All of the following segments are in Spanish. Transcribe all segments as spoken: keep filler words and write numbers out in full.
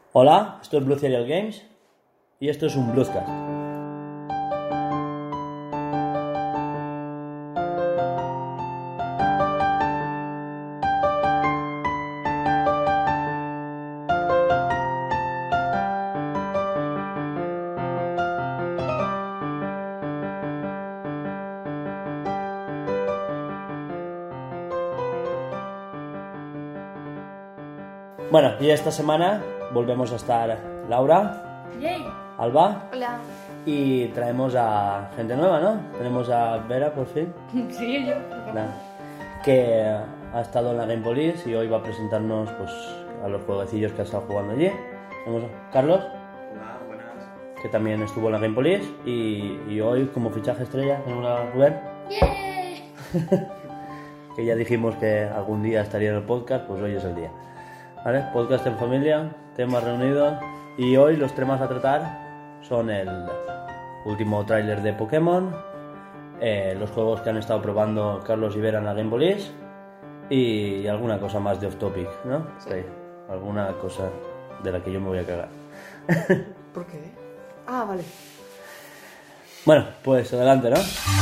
Hola, esto es Blue Serial Games y esto es un Bluescast. Bueno, y esta semana volvemos a estar Laura, Yay. Alba. Hola. Y traemos a gente nueva, ¿no? Tenemos a Vera, por fin. Sí, yo. Nah. Que ha estado en la Game Police y hoy va a presentarnos pues, a los jueguecillos que ha estado jugando allí. Tenemos a Carlos. Hola, buenas. Que también estuvo en la Game Police. Y, y hoy, como fichaje estrella, tenemos a Rubén. Yeah. Que ya dijimos que algún día estaría en el podcast, pues hoy es el día. ¿Vale? Podcast en familia, temas reunidos. Y hoy los temas a tratar son el último tráiler de Pokémon, eh, los juegos que han estado probando Carlos y Vera en la Game Police y alguna cosa más de off topic, ¿no? Sí. Sí, alguna cosa de la que yo me voy a cagar. ¿Por qué? Ah, vale. Bueno, pues adelante, ¿no?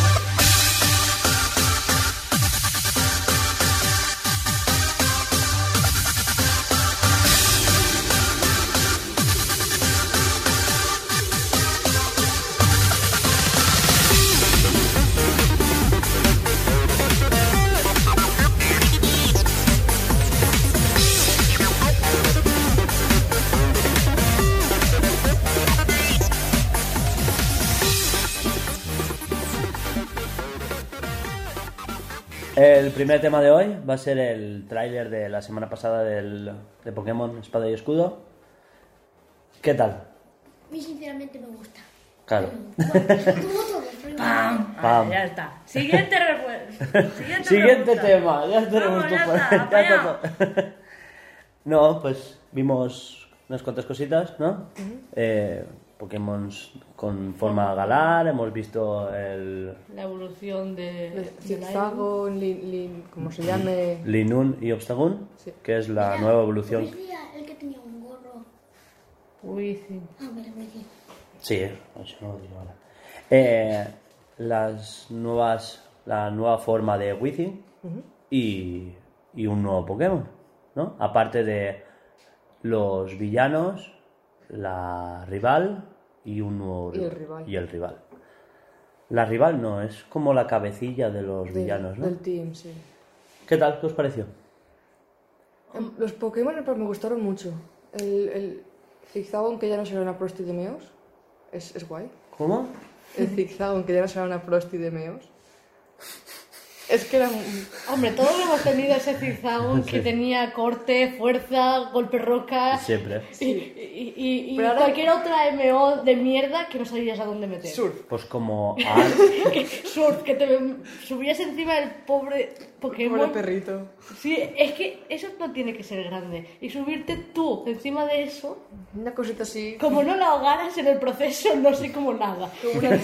El primer tema de hoy va a ser el tráiler de la semana pasada del, de Pokémon Espada y Escudo. ¿Qué tal? A mí sinceramente me gusta. Claro. Bueno, como todo, pero ¡Pam! Pam. Ah, ya está. Siguiente refuerzo. Siguiente, Siguiente pregunta. tema, ya tenemos Vamos, ya tu- está, ya apañado. está. No, pues vimos unas cuantas cositas, ¿no? Eh, Pokémon con forma galar, hemos visto el La evolución de... de Zigzago, lin, lin, como se llame. Linun y Obstagoon, Sí. que es la Mira, nueva evolución. parecía el que tenía un gorro. Uy, sí. Ah, vale, vale. Sí, eso no lo digo ahora. Eh, las nuevas, la nueva forma de Weezing y, y un nuevo Pokémon, ¿no? Aparte de los villanos, la rival y un nuevo Y el rival. y el rival. La rival no, es como la cabecilla de los de- villanos, ¿no? Del team, sí. ¿Qué tal? ¿Qué os pareció? Em, Los Pokémon pues, me gustaron mucho. El, el Zigzagoon, que ya no será una prosti de meos, es, es guay. ¿Cómo? El Zigzagoon, que ya no será una prosti de meos. Es que era... Hombre, todos hemos tenido ese Zigzagoon que tenía corte, fuerza, golpe roca Siempre. y, y, y- y Pero ahora- cualquier otra M O de mierda que no sabías a dónde meter. Surf. Pues como Ar- Que, surf, que te subías encima del pobre Pokémon. Pobre perrito. Sí, es que eso no tiene que ser grande. Y subirte tú encima de eso, Una cosita así. como no la ahogaras en el proceso, no sé cómo nada. Como una...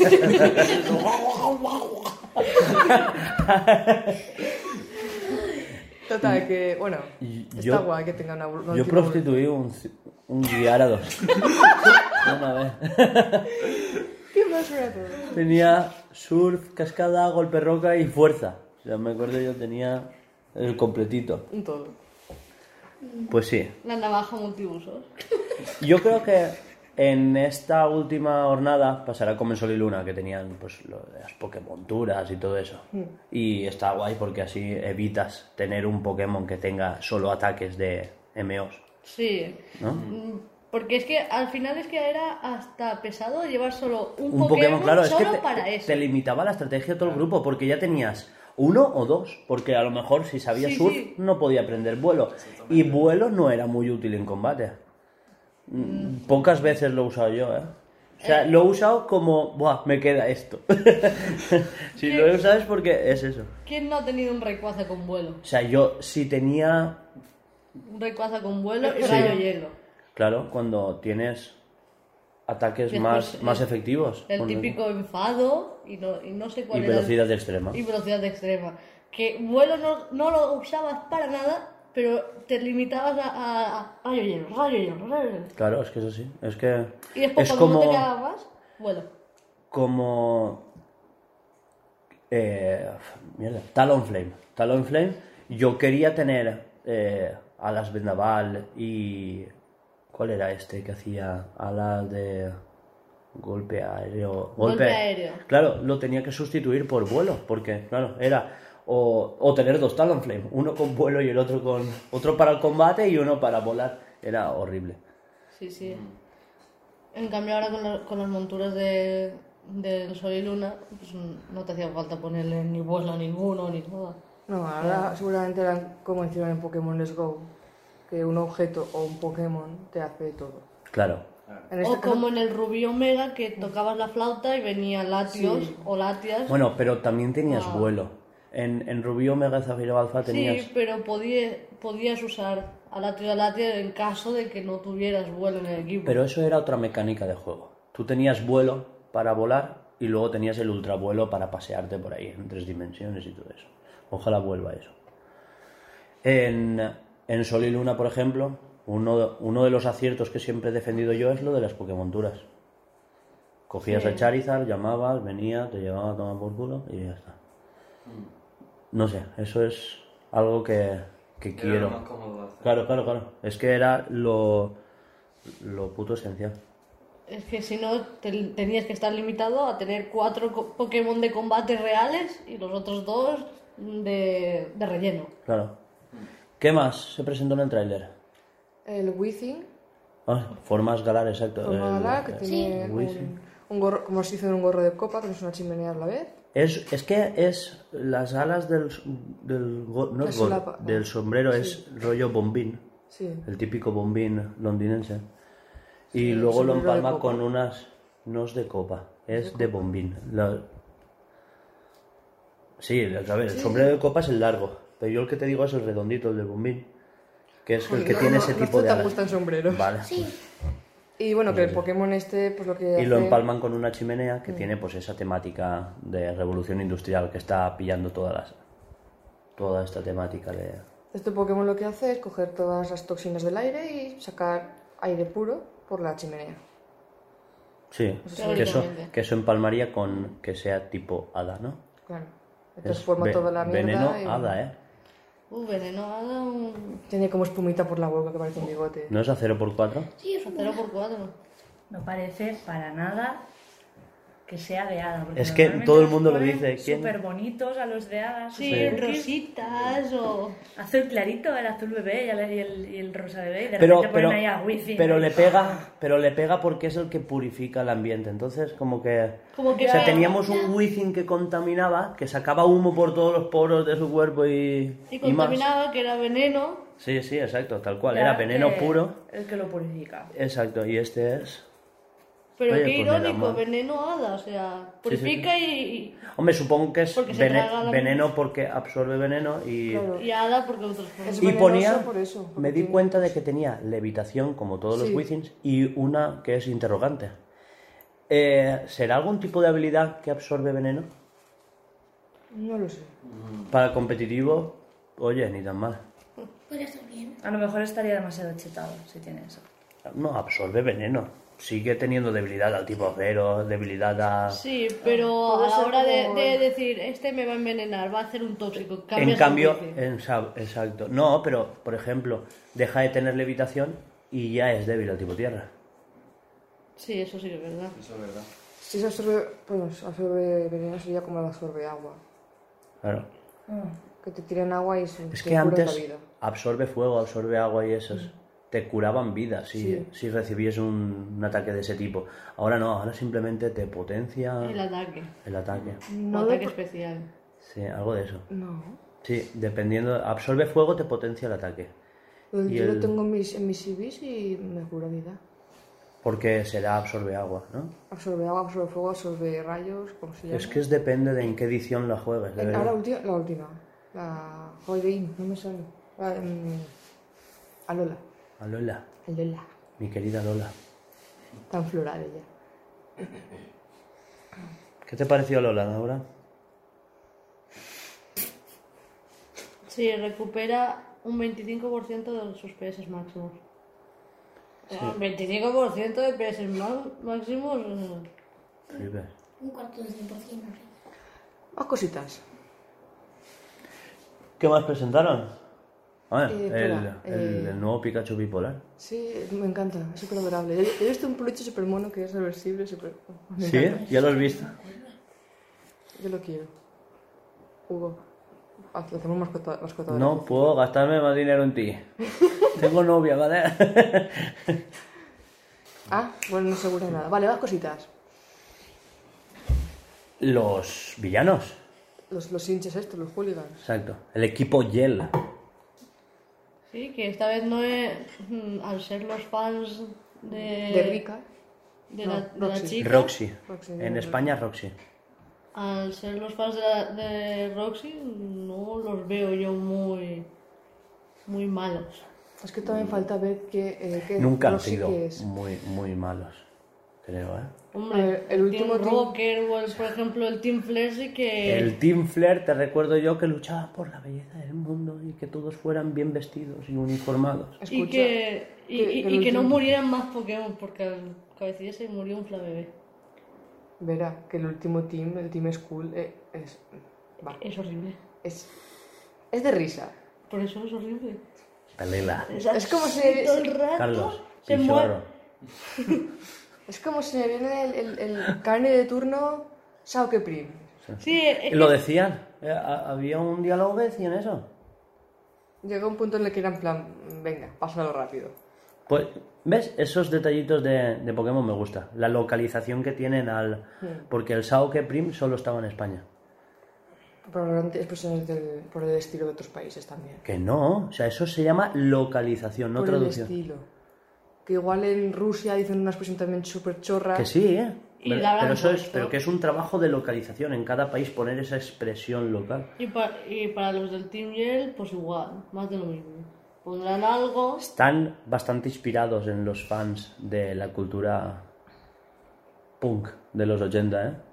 Total, que, bueno, Y está yo- guay que tenga una... una Yo última prostituí un, un Gyarados. Una vez. evolución. ¿Qué más rato? Tenía surf, cascada, golpe roca y fuerza. O sea, me acuerdo yo tenía el completito. Un todo. Pues sí. La navaja multiusos. Yo creo que en esta última jornada pasará como en Sol y Luna, que tenían pues lo de las Pokémonturas y todo eso. Y está guay porque así evitas tener un Pokémon que tenga solo ataques de M Os, Sí. ¿no? Mm, Porque es que al final es que era hasta pesado llevar solo un, Un Pokémon, Pokémon, claro, es solo que te, para te- eso. te limitaba la estrategia de todo el grupo, porque ya tenías uno o dos, porque a lo mejor si sabía Sí, surf sí. no podía aprender vuelo, y vuelo no era muy útil en combate. Mm, Pocas veces lo he usado yo, ¿eh? O sea, lo he usado como, buah, me queda esto. Si ¿Qué? lo he usado es porque es eso. ¿Quién no ha tenido un Rayquaza con vuelo? O sea, yo si tenía, Un Rayquaza con vuelo y Sí. rayo hielo. claro, cuando tienes ataques Después, más, el- más efectivos. El Cuando- típico enfado y no, y no sé cuál Y era el- velocidad extrema. y velocidad extrema. Que vuelo no, no lo usabas para nada pero te limitabas a, a, a rayo hielo, rayo hielo, rayo hielo. Claro, es que es así. Es que Y después es cuando como, no te quedaba más, bueno. como eh, mierda, Talonflame. Talonflame, yo quería tener eh, alas vendaval y ¿cuál era este que hacía alas de golpe aéreo? Golpe aéreo. Claro, lo tenía que sustituir por vuelo, porque claro, era o, o tener dos Talonflame, uno con vuelo y el otro con otro para el combate y uno para volar. Era horrible. Sí, sí. En cambio ahora con, la- con las monturas de, del Sol y Luna, pues no te hacía falta ponerle ni vuelo a ninguno ni nada. No, ahora seguramente eran como hicieron en Pokémon Let's Go, que un objeto o un Pokémon te hace todo. Claro. En este O caso, como en el Rubí Omega que tocabas la flauta y venían latios Sí. o latias. Bueno, pero también tenías Ah. vuelo. En, en Rubí, Omega, Zafiro, Alfa tenías... Sí, pero podía- podías usar a latio y a latia en caso de que no tuvieras vuelo en el equipo. Pero eso era otra mecánica de juego. Tú tenías vuelo para volar y luego tenías el ultravuelo para pasearte por ahí en tres dimensiones y todo eso. Ojalá vuelva eso. En, en Sol y Luna, por ejemplo, uno, uno de los aciertos que siempre he defendido yo es lo de las Pokémonturas. Cogías Sí. a Charizard, llamabas, venía, te llevaba a tomar por culo y ya está. No sé, eso es algo que, que Era quiero. lo más cómodo de hacer. Claro, claro, claro. Es que era lo, lo puto esencial. Es que si no, te- tenías que estar limitado a tener cuatro co- Pokémon de combate reales y los otros dos de, de relleno. Claro. ¿Qué más se presentó en el tráiler? el Within, Ah, formas galar, exacto. forma El- galar, que el- tiene el un, Within. un gorro, como si hiciera un gorro de copa, que es una chimenea a la vez. Es, es que es las alas del, del, go- no La es gol- solapa, no. del sombrero, es rollo bombín, Sí. el típico bombín londinense. Y Sí, el luego lo sombrero de empalma copa. con unas, no es de copa, es de bombín. La- Sí, a ver, el sombrero de copa es el largo, pero yo el que te digo es el redondito, el del bombín, que es el que No, tiene no, ese no tipo de te alas. gustan sombreros. Vale. Sí, Y bueno, que el Pokémon este, pues lo que Y lo hace- empalman con una chimenea Mm. que tiene pues esa temática de revolución industrial que está pillando todas las, toda esta temática de... Este Pokémon lo que hace es coger todas las toxinas del aire y sacar aire puro por la chimenea. Sí, Teóricamente. que eso, que eso empalmaría con que sea tipo hada, ¿no? Claro. Es Transforma ve- toda la mierda. veneno y- hada, ¿eh? Uh, veneno ha dado un Tiene como espumita por la boca que parece un bigote. ¿No es a cero por cuatro? sí, es cero por cuatro. No parece para nada que sea de hada. porque Es que normalmente todo el los mundo lo ponen dice, ¿quién? Súper bonitos a los de hadas. Sí, súper cookies. rositas o... Azul clarito, el azul bebé y el, y el, y el rosa bebé. Y de Pero, repente ponen pero, ahí a Within. pero ahí. le pega, pero le pega porque es el que purifica el ambiente. Entonces, como que, Como que o sea, ya- teníamos un Within que contaminaba, que sacaba humo por todos los poros de su cuerpo y, Y y más. contaminaba, que era veneno. Sí, sí, exacto, tal cual. Ya Era veneno que- puro. El que lo purifica. Exacto, y este es... Pero Oye, qué pues me da irónico, mal. veneno hada, o sea, Sí, sí. purifica y, Hombre, supongo que es Porque se vene- traga la- veneno porque absorbe veneno y... Claro. y hada porque otros Es Y venenoso ponía, por eso, porque me di tiene- cuenta de que tenía levitación como todos los Sí. Withings y una que es interrogante. Eh, ¿Será algún tipo de habilidad que absorbe veneno? No lo sé. Para el competitivo, oye, ni tan mal. podría estar bien. A lo mejor estaría demasiado chetado si tiene eso. No, absorbe veneno. Sigue teniendo debilidad al tipo acero, debilidad a... Sí, pero Puede a la ser hora de, como- de decir, este me va a envenenar, va a hacer un tóxico, En cambias cambio, el wifi. en sa- exacto. No, pero, por ejemplo, deja de tener levitación y ya es débil al tipo tierra. Sí, eso sí que es verdad. Eso es verdad. Si se absorbe, pues absorbe veneno sería como el absorbe agua. Claro. Que te tiran agua y se Es te que curan antes la vida. absorbe fuego, absorbe agua y esas. Te curaban vida si, Sí. si recibías un, un ataque de ese tipo. Ahora no, ahora simplemente te potencia El ataque, el ataque. un No lo ataque pro- especial. Sí, algo de eso. No. Sí, dependiendo. Absorbe fuego, te potencia el ataque. Yo Y yo el- lo tengo en mis, en mis C Vs y me cura vida. Porque será absorbe agua, ¿no? Absorbe agua, absorbe fuego, absorbe rayos, como se llama. Es que es depende de en qué edición la juegues. de En- verdad. ahora última, la última. La Jodein, no me sale. La, em, Alola. A Lola, Alola. mi querida Lola. Tan floral ella. ¿Qué te pareció Lola, Laura? Sí, recupera un veinticinco por ciento de sus P S máximos. Un veinticinco por ciento de P S ma- máximos. eh, Flipes. Un cuarto de cien por ciento, no sé. Más cositas. ¿Qué más presentaron? Ah, Eh, el, espera, el- eh, el nuevo Pikachu bipolar. Sí, me encanta, es súper adorable. He he visto un peluche súper mono que es reversible, súper... Me ¿Sí? encanta. ¿Ya lo has visto? Yo lo quiero. Hugo, haz- hacemos mascota, mascota ahora. No puedo gastarme más dinero en ti. Tengo novia, ¿vale? Ah, bueno, no asegura nada. Vale, más cositas. Los villanos. Los, los hinches estos, los hooligans. Exacto. El equipo Yell. Sí, que esta vez no es. mm, Al ser los fans de. De Rika. De, No, la, de la Roxy. chica. Roxy. Roxy, En no, España, Roxy. Al ser los fans de, la- de Roxy, no los veo yo muy. Muy malos. Es que también falta ver que... Eh, que Nunca han Roxy sido que es. muy, muy malos. Creo, ¿eh? Hombre, A ver, el último Team team- Rocker o el, por ejemplo el Team Flair sí que. El Team Flair, te recuerdo yo, que luchaba por la belleza del mundo y que todos fueran bien vestidos y uniformados. Y Escucha, que, y, que- y- que el y que no último- murieran más Pokémon, porque al cabecilla se murió un Flabébé. Verá que el último team, el Team School, eh, es... Va, Es horrible. es... Es de risa. Por eso es horrible. Pelela. Es como si- todo el rato Carlos, se muere. pichorro. Es como si me viene el, el, el carne de turno Sauke Prim. Sí, es Lo que- decían. Eh, ha- Había un diálogo que decían eso. Llega un punto en el que era en plan, venga, pásalo rápido. Pues, ¿ves? Esos detallitos de, de Pokémon me gusta. La localización que tienen al... Porque el Saoque Prim solo estaba en España. Probablemente expresiones del, por el estilo de otros países también. Que no. O sea, eso se llama localización, no por traducción. el estilo. Que igual en Rusia dicen una expresión también súper chorra. Que sí, ¿eh? Y Pero, la habrán pero eso es, puesto. pero que es un trabajo de localización. En cada país poner esa expresión local. Y, pa- y para los del Team Yell, pues igual, más de lo mismo. Pondrán algo. Están bastante inspirados en los fans de la cultura punk de los ochenta, ¿eh?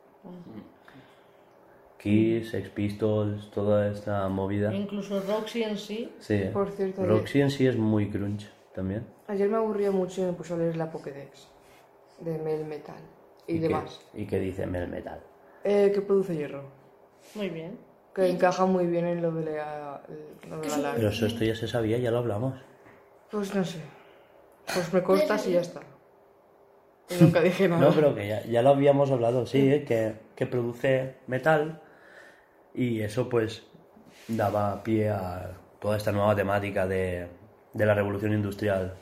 Kiss, Sex Pistols, toda esta movida. E incluso Roxy en sí. Sí. Por cierto, Roxy en sí es muy grunge también. Ayer me aburría mucho y me puse a leer la Pokédex de Mel Metal y, qué- demás. ¿Y qué dice Mel Metal? Eh, que produce hierro. Muy bien. Que encaja muy bien en lo de la, lo de la larga. Pero eso esto ya se sabía, ya lo hablamos. Pues no sé. Pues me cortas y ya está. Y nunca dije nada. No, pero que ya, ya lo habíamos hablado, sí, ¿eh? que, que produce metal y eso pues daba pie a toda esta nueva temática de, de la revolución industrial.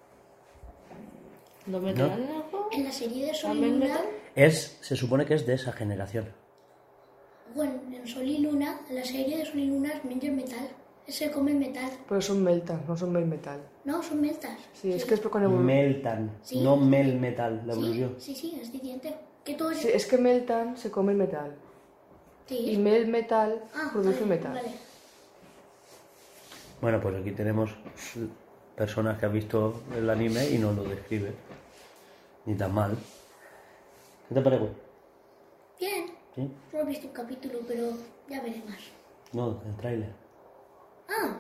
¿Lo meterán en el juego? En la serie de Sol y ¿También Luna, metal? Es, se supone que es de esa generación. bueno, en Sol y Luna, en la serie de Sol y Luna es Metal Metal. Se come el metal. Pero son Meltan, no son Mel Metal. No, son meltas. Sí, es que es con evolu- Meltan, Sí. no Mel Metal, la Sí, evolución. sí, sí, es diferente. Que todo es... Sí, es que Meltan se come el metal. Sí. Y Mel Metal Ah, produce vale, metal. vale. Bueno, pues aquí tenemos personas que han visto el anime y nos lo describe. Ni tan mal. ¿Qué te parece? Bien. ¿Sí? Solo he visto un capítulo, pero ya veré más. No, el tráiler. Ah,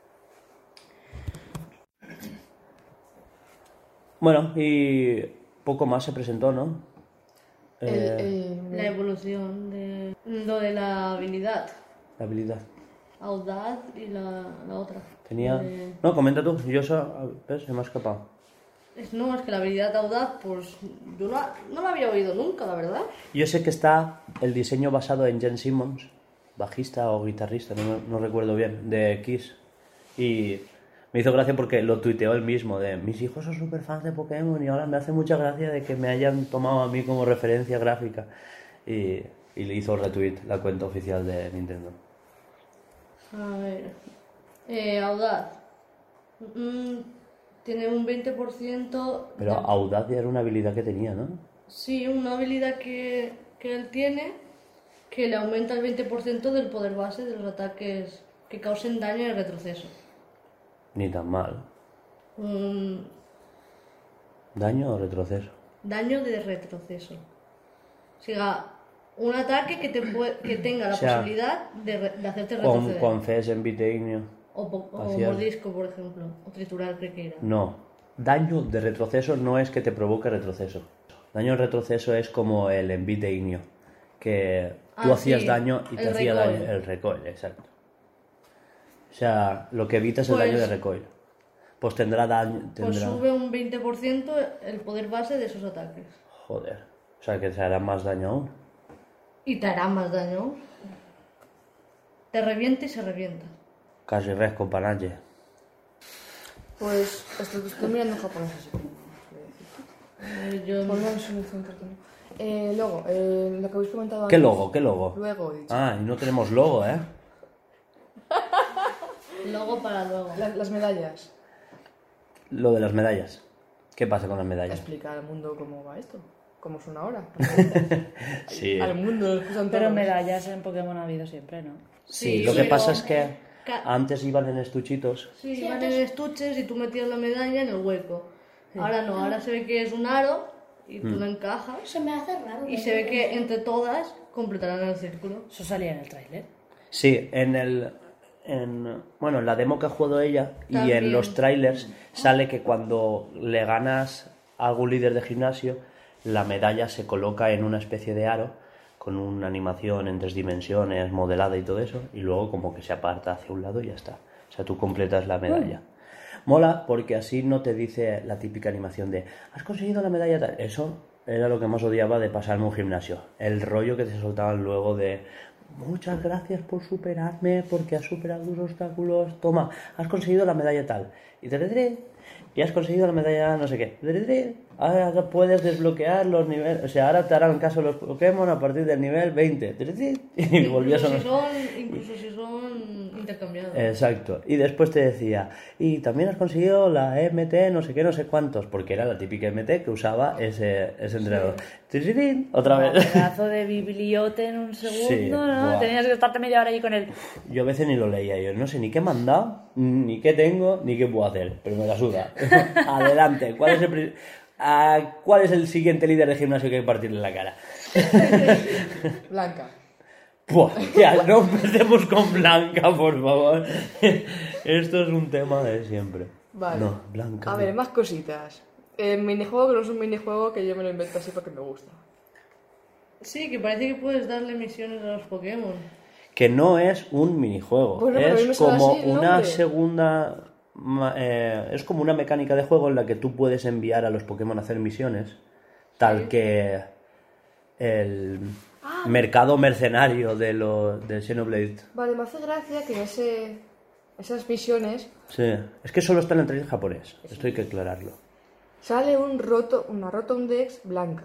Bueno, y poco más se presentó, ¿no? El- Eh, el- La evolución de lo de la habilidad. La habilidad. Audaz y la, la otra. Tenía... De- No, comenta tú. Yo eso... ¿Ves? Se me ha escapado. Es, no, es que la habilidad audaz, pues yo no, no la había oído nunca, la verdad. Yo sé que está el diseño basado en Jen Simmons, bajista o guitarrista, no, no recuerdo bien, de Kiss. Y me hizo gracia porque lo tuiteó él mismo, de mis hijos son súper fans de Pokémon y ahora me hace mucha gracia de que me hayan tomado a mí como referencia gráfica. Y, y le hizo retweet la cuenta oficial de Nintendo. A ver. Eh, audaz. Mm, tiene un veinte por ciento. Pero de- Audacia era una habilidad que tenía, ¿no? Sí, una habilidad que, que él tiene que le aumenta el veinte por ciento del poder base de los ataques que causen daño y retroceso. Ni tan mal. Un ¿Daño o retroceso? daño de retroceso. O sea, un ataque que, te pue- que tenga la O sea, posibilidad de, re- de hacerte Con, retroceder. con Fes en Vitainio. O, po- o Vaciar. mordisco, por ejemplo. O triturar, creo que era. No. Daño de retroceso no es que te provoque retroceso. Daño de retroceso es como el envite ignio. Que tú Ah, hacías sí, daño y te el hacía recoil. daño. El recoil, exacto. O sea, lo que evita es el Pues- daño de recoil. Pues tendrá daño. Pues Tendrá... sube un veinte por ciento el poder base de esos ataques. Joder. O sea, que te hará más daño aún. Y te hará más daño. Te revienta y se revienta. Casi res con panache. Pues estoy, estoy mirando en japonés así. Eh, Yo Ponlo en solución cartón. Eh, luego, eh, lo que habéis comentado ¿Qué antes. logo? ¿Qué logo? Luego, he dicho. Ah, y no tenemos logo, ¿eh? luego para luego. La- las medallas. Lo de las medallas. ¿Qué pasa con las medallas? Explica al mundo cómo va esto. Cómo son ahora. Sí. Al mundo, los usan Pero todos. medallas en Pokémon ha habido siempre, ¿no? Sí, Sí, lo que pero- pasa es que Ca- antes iban en estuchitos. Sí, Sí, iban antes- en estuches y tú metías la medalla en el hueco. Ahora no, ahora se ve que es un aro y tú la encajas Se me hace raro. y se ve que entre todas completarán el círculo. Eso salía en el tráiler. Sí, en el... En, bueno, en la demo que ha jugado ella y También. en los trailers sale que cuando le ganas a algún líder de gimnasio, la medalla se coloca en una especie de aro con una animación en tres dimensiones, modelada y todo eso, y luego como que se aparta hacia un lado y ya está. O sea, tú completas la medalla. Mola porque así no te dice la típica animación de has conseguido la medalla tal. Eso era lo que más odiaba de pasarme un gimnasio. El rollo que te soltaban luego de muchas gracias por superarme, porque has superado tus obstáculos. Toma, has conseguido la medalla tal. Y te y has conseguido la medalla no sé qué. Ahora puedes desbloquear los niveles. O sea, ahora te harán caso los Pokémon a partir del nivel veinte. Y volvías a... Incluso si son, incluso si son intercambiados. Exacto. Y después te decía, y también has conseguido la M T no sé qué, no sé cuántos, porque era la típica M T que usaba ese, ese entrenador. Tirirín, Otra Un vez. pedazo de bibliote en un segundo, Sí, ¿no? buah. Tenías que estarte media hora ahí con él. Yo a veces ni lo leía, yo no sé ni qué me han dado, ni qué tengo, ni qué puedo hacer, pero me la suda. Adelante, ¿cuál es el, pri- a- ¿cuál es el siguiente líder de gimnasio que hay que partirle la cara? Blanca. Buah, ya, no empecemos con Blanca, por favor. Esto es un tema de siempre. Vale. No, Blanca. A ver, más cositas. El minijuego que no es un minijuego que yo me lo invento así porque me gusta. Sí, que parece que puedes darle misiones a los Pokémon. Que no es un minijuego, Bueno, pero a mí me es suena como así el una nombre. segunda... ma- eh, es como una mecánica de juego en la que tú puedes enviar a los Pokémon a hacer misiones, tal que el Ah. mercado mercenario de los del Xenoblade. Vale, me hace gracia que en ese, esas misiones Sí, es que solo está en el trailer japonés, esto hay que aclararlo. sale un roto, una Rotom-Dex blanca.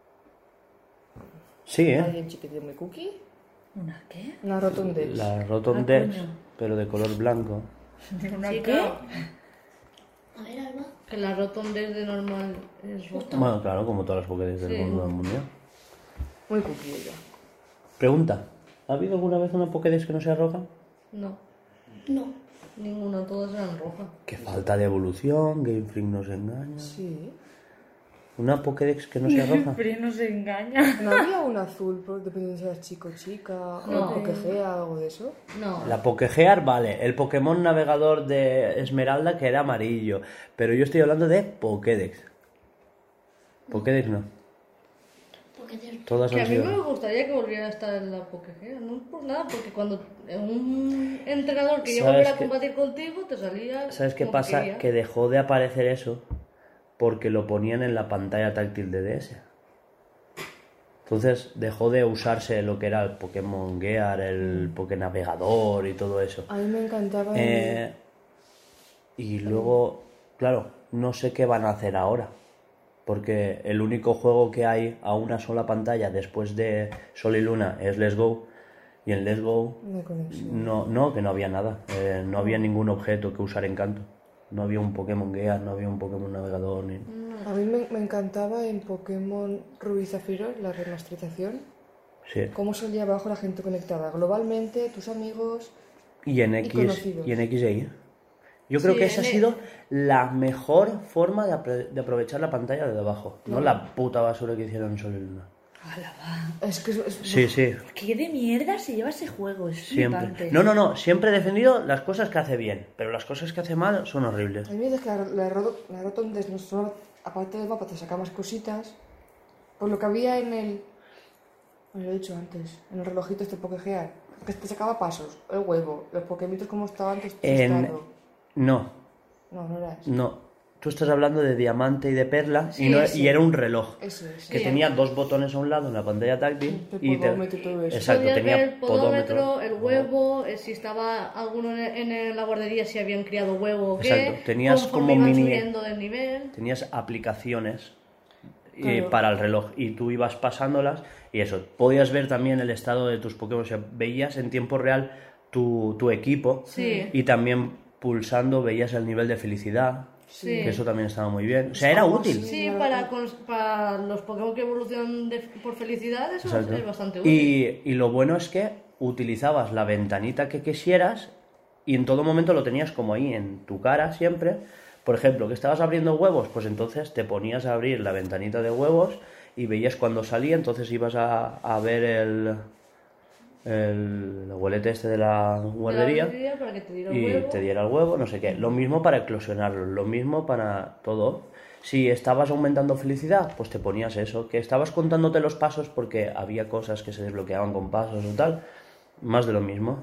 Sí, ¿eh? ¿Alguien chiquitín muy cookie? ¿Una qué? Una Rotom-Dex. La Rotom Ah, Dex, coño. pero de color blanco. ¿Una Sí, qué? claro. A ver, Alba. Que la Rotom desde normal es rota. Bueno, claro, como todas las Pokédex del Sí. mundo mundial. Muy cookie ella. Pregunta, ¿ha habido alguna vez una Pokédex que no sea roja? No, No. ninguna, todas eran rojas. Qué falta de evolución, Game Freak nos engaña. Sí. Una Pokédex que no sea roja. Pero no se engaña. ¿No había un azul, por- dependiendo si era chico o chica? No. ¿O Pokegea, algo de eso? No, La Pokegear, vale. El Pokémon navegador de Esmeralda que era amarillo. Pero yo estoy hablando de Pokédex. Pokédex no. Porque te- Todas que a han mí sido. me gustaría que volviera a estar en la Pokégea, no por nada, porque cuando un entrenador quería ¿Sabes volver a qué? combatir contigo, te salía. ¿Sabes qué como pasa? querías. Que dejó de aparecer eso porque lo ponían en la pantalla táctil de D S. Entonces dejó de usarse lo que era el Pokémon Gear, el Pokénavegador y todo eso. A mí me encantaba el- Eh, y luego, claro, no sé qué van a hacer ahora. Porque el único juego que hay a una sola pantalla después de Sol y Luna es Let's Go. Y en Let's Go una conexión. no, no que no había nada. Eh, no había ningún objeto que usar en canto. No había un Pokémon Gear, no había un Pokémon Navegador. Ni... A mí me, me encantaba en Pokémon Rubí y Zafiro, la remasterización, Sí. cómo salía abajo la gente conectada. Globalmente, tus amigos... Y en Y X conocidos. y en X y. Yo creo Sí, que esa ha en- sido la mejor forma de, apre- de aprovechar la pantalla de abajo. No la puta basura que hicieron en Sol y Luna. Ala, va. Es que es, es- Sí, sí, ¿Qué de mierda se lleva ese juego? Es siempre. flipante. No, no, no, siempre he defendido las cosas que hace bien, pero las cosas que hace mal son horribles. A mí es que la, la, Roto- la Rotondes no solo, aparte del mapa, te saca más cositas. Por lo que había en el. Bueno, lo he dicho antes, en el relojito este Pokegear, que te sacaba pasos, el huevo, los Pokémitos como estaban antes. En... testado. No, No, no era eso. no. Tú estás hablando de diamante y de perla Sí, y, no- sí. y era un reloj Ese, ese. que Sí. tenía dos botones a un lado en la pantalla táctil El y te- podómetro y todo eso. Exacto, Podías tenía ver el podómetro, podómetro. el huevo, eh, si estaba alguno en, en la guardería, si habían criado huevo o qué. Exacto, tenías conforme como iban mini- subiendo del nivel. Tenías aplicaciones eh, Claro. para el reloj y tú ibas pasándolas y eso. Podías ver también el estado de tus Pokémon, o sea, veías en tiempo real tu, tu equipo Sí. y también pulsando veías el nivel de felicidad, Sí. que eso también estaba muy bien. O sea, era Algo útil. así. Sí, para, cons- para los Pokémon que evolucionan de- por felicidad, eso Exacto. es bastante útil. Y, y lo bueno es que utilizabas la ventanita que quisieras y en todo momento lo tenías como ahí en tu cara siempre. Por ejemplo, que estabas abriendo huevos, pues entonces te ponías a abrir la ventanita de huevos y veías cuando salía, entonces ibas a, a ver el, el abuelete este de la De la guardería guardería para que te diera el y huevo. te diera el huevo, no sé qué. Lo mismo para eclosionarlo, lo mismo para todo. Si estabas aumentando felicidad, pues te ponías eso. Que estabas contándote los pasos porque había cosas que se desbloqueaban con pasos o tal. Más de lo mismo.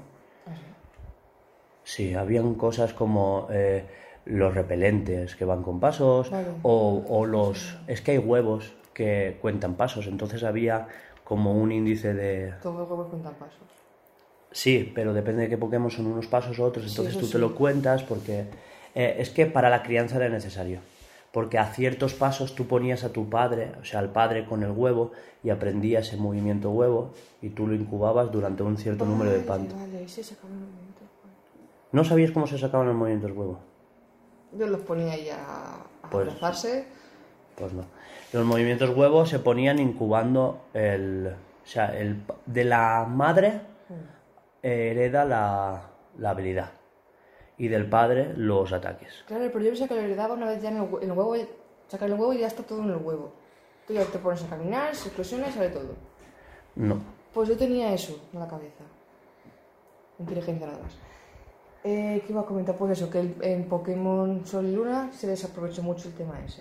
Sí, habían cosas como eh, los repelentes que van con pasos Vale. o, o los... Es que hay huevos que cuentan pasos, entonces había como un índice de... Todos los huevos cuentan pasos. Sí, pero depende de qué Pokémon son unos pasos u otros, Sí, entonces eso tú sí. te lo cuentas porque eh, es que para la crianza era necesario. Porque a ciertos pasos tú ponías a tu padre, o sea, al padre con el huevo y aprendía ese movimiento huevo y tú lo incubabas durante un cierto número de Vale, pantos. Vale, ese sacaba un momento. ¿No sabías cómo se sacaban los movimientos huevo? Yo los ponía ahí a, a Pues- abrazarse. Pues no. Los movimientos huevo se ponían incubando el... O sea, el, de la madre eh, hereda la, la habilidad y del padre los ataques. Claro, pero yo pensaba que lo heredaba una vez ya en el, hue- en el huevo, sacar el huevo y ya está todo en el huevo. Tú ya te pones a caminar, se explosiona y sale todo. No. Pues yo tenía eso en la cabeza. Inteligencia nada más. Eh, ¿Qué iba a comentar? Pues eso, que el- en Pokémon Sol y Luna se desaprovechó mucho el tema ese.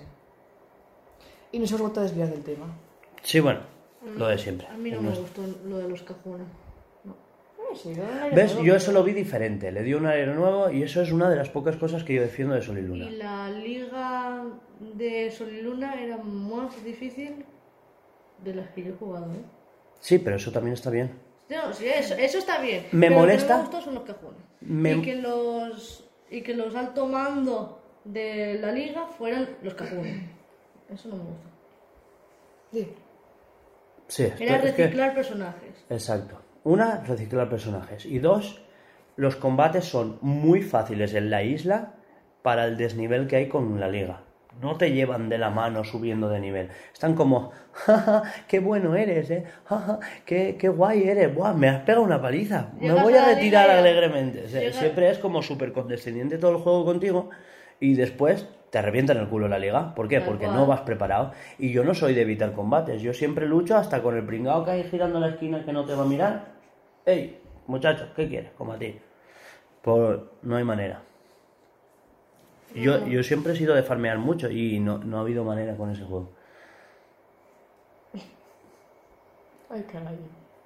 Y nos hemos vuelto a desviar del tema. Sí, bueno, lo de siempre. A mí no Es me nuestro. gustó lo de los cajones. Eh, sí, era un aire ¿Ves? nuevo, Yo pero- eso lo vi diferente. Le dio un aire nuevo y eso es una de las pocas cosas que yo defiendo de Sol y Luna. Y la liga de Sol y Luna era más difícil de las que yo he jugado, ¿eh? Sí, pero eso también está bien. No, sí, eso, eso está bien. Me pero molesta. Lo que no me gustó son los cajones. Me- Y que los y que los alto mando de la liga fueran los cajones. Eso no me gusta. Sí. Sí, Era es que- reciclar personajes. Exacto. Una, reciclar personajes. Y dos, los combates son muy fáciles en la isla para el desnivel que hay con la liga. No te llevan de la mano subiendo de nivel. Están como, jaja, qué bueno eres, eh. Jaja, qué, qué guay eres. Buah, me has pegado una paliza. Me Llegas voy a a la retirar liga y- alegremente. O sea, Llega- siempre es como súper condescendiente todo el juego contigo y después te revientan el culo la liga. ¿Por qué? Tal Porque cual. no vas preparado. Y yo no soy de evitar combates. Yo siempre lucho hasta con el pringao que hay girando la esquina que no te va a mirar. Ey, muchacho, ¿qué quieres? Como a ti. Pues no hay manera. Yo, yo siempre he sido de farmear mucho y no, no ha habido manera con ese juego. Ay, caray.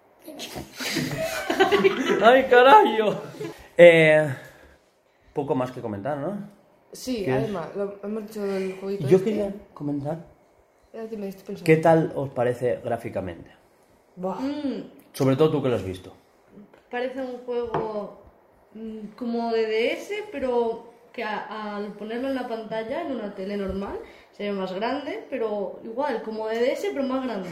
¡Ay, carajo! Eh, poco más que comentar, ¿no? Sí, ¿Qué es? además, lo, hemos dicho del jueguito Yo este. quería comentar Ya te me estoy pensando. qué tal os parece gráficamente. Buah. Mm, Sobre todo tú que lo has visto. parece un juego mm, como de D S, pero que a- al ponerlo en la pantalla, en una tele normal, se ve más grande, pero igual, como de D S, pero más grande.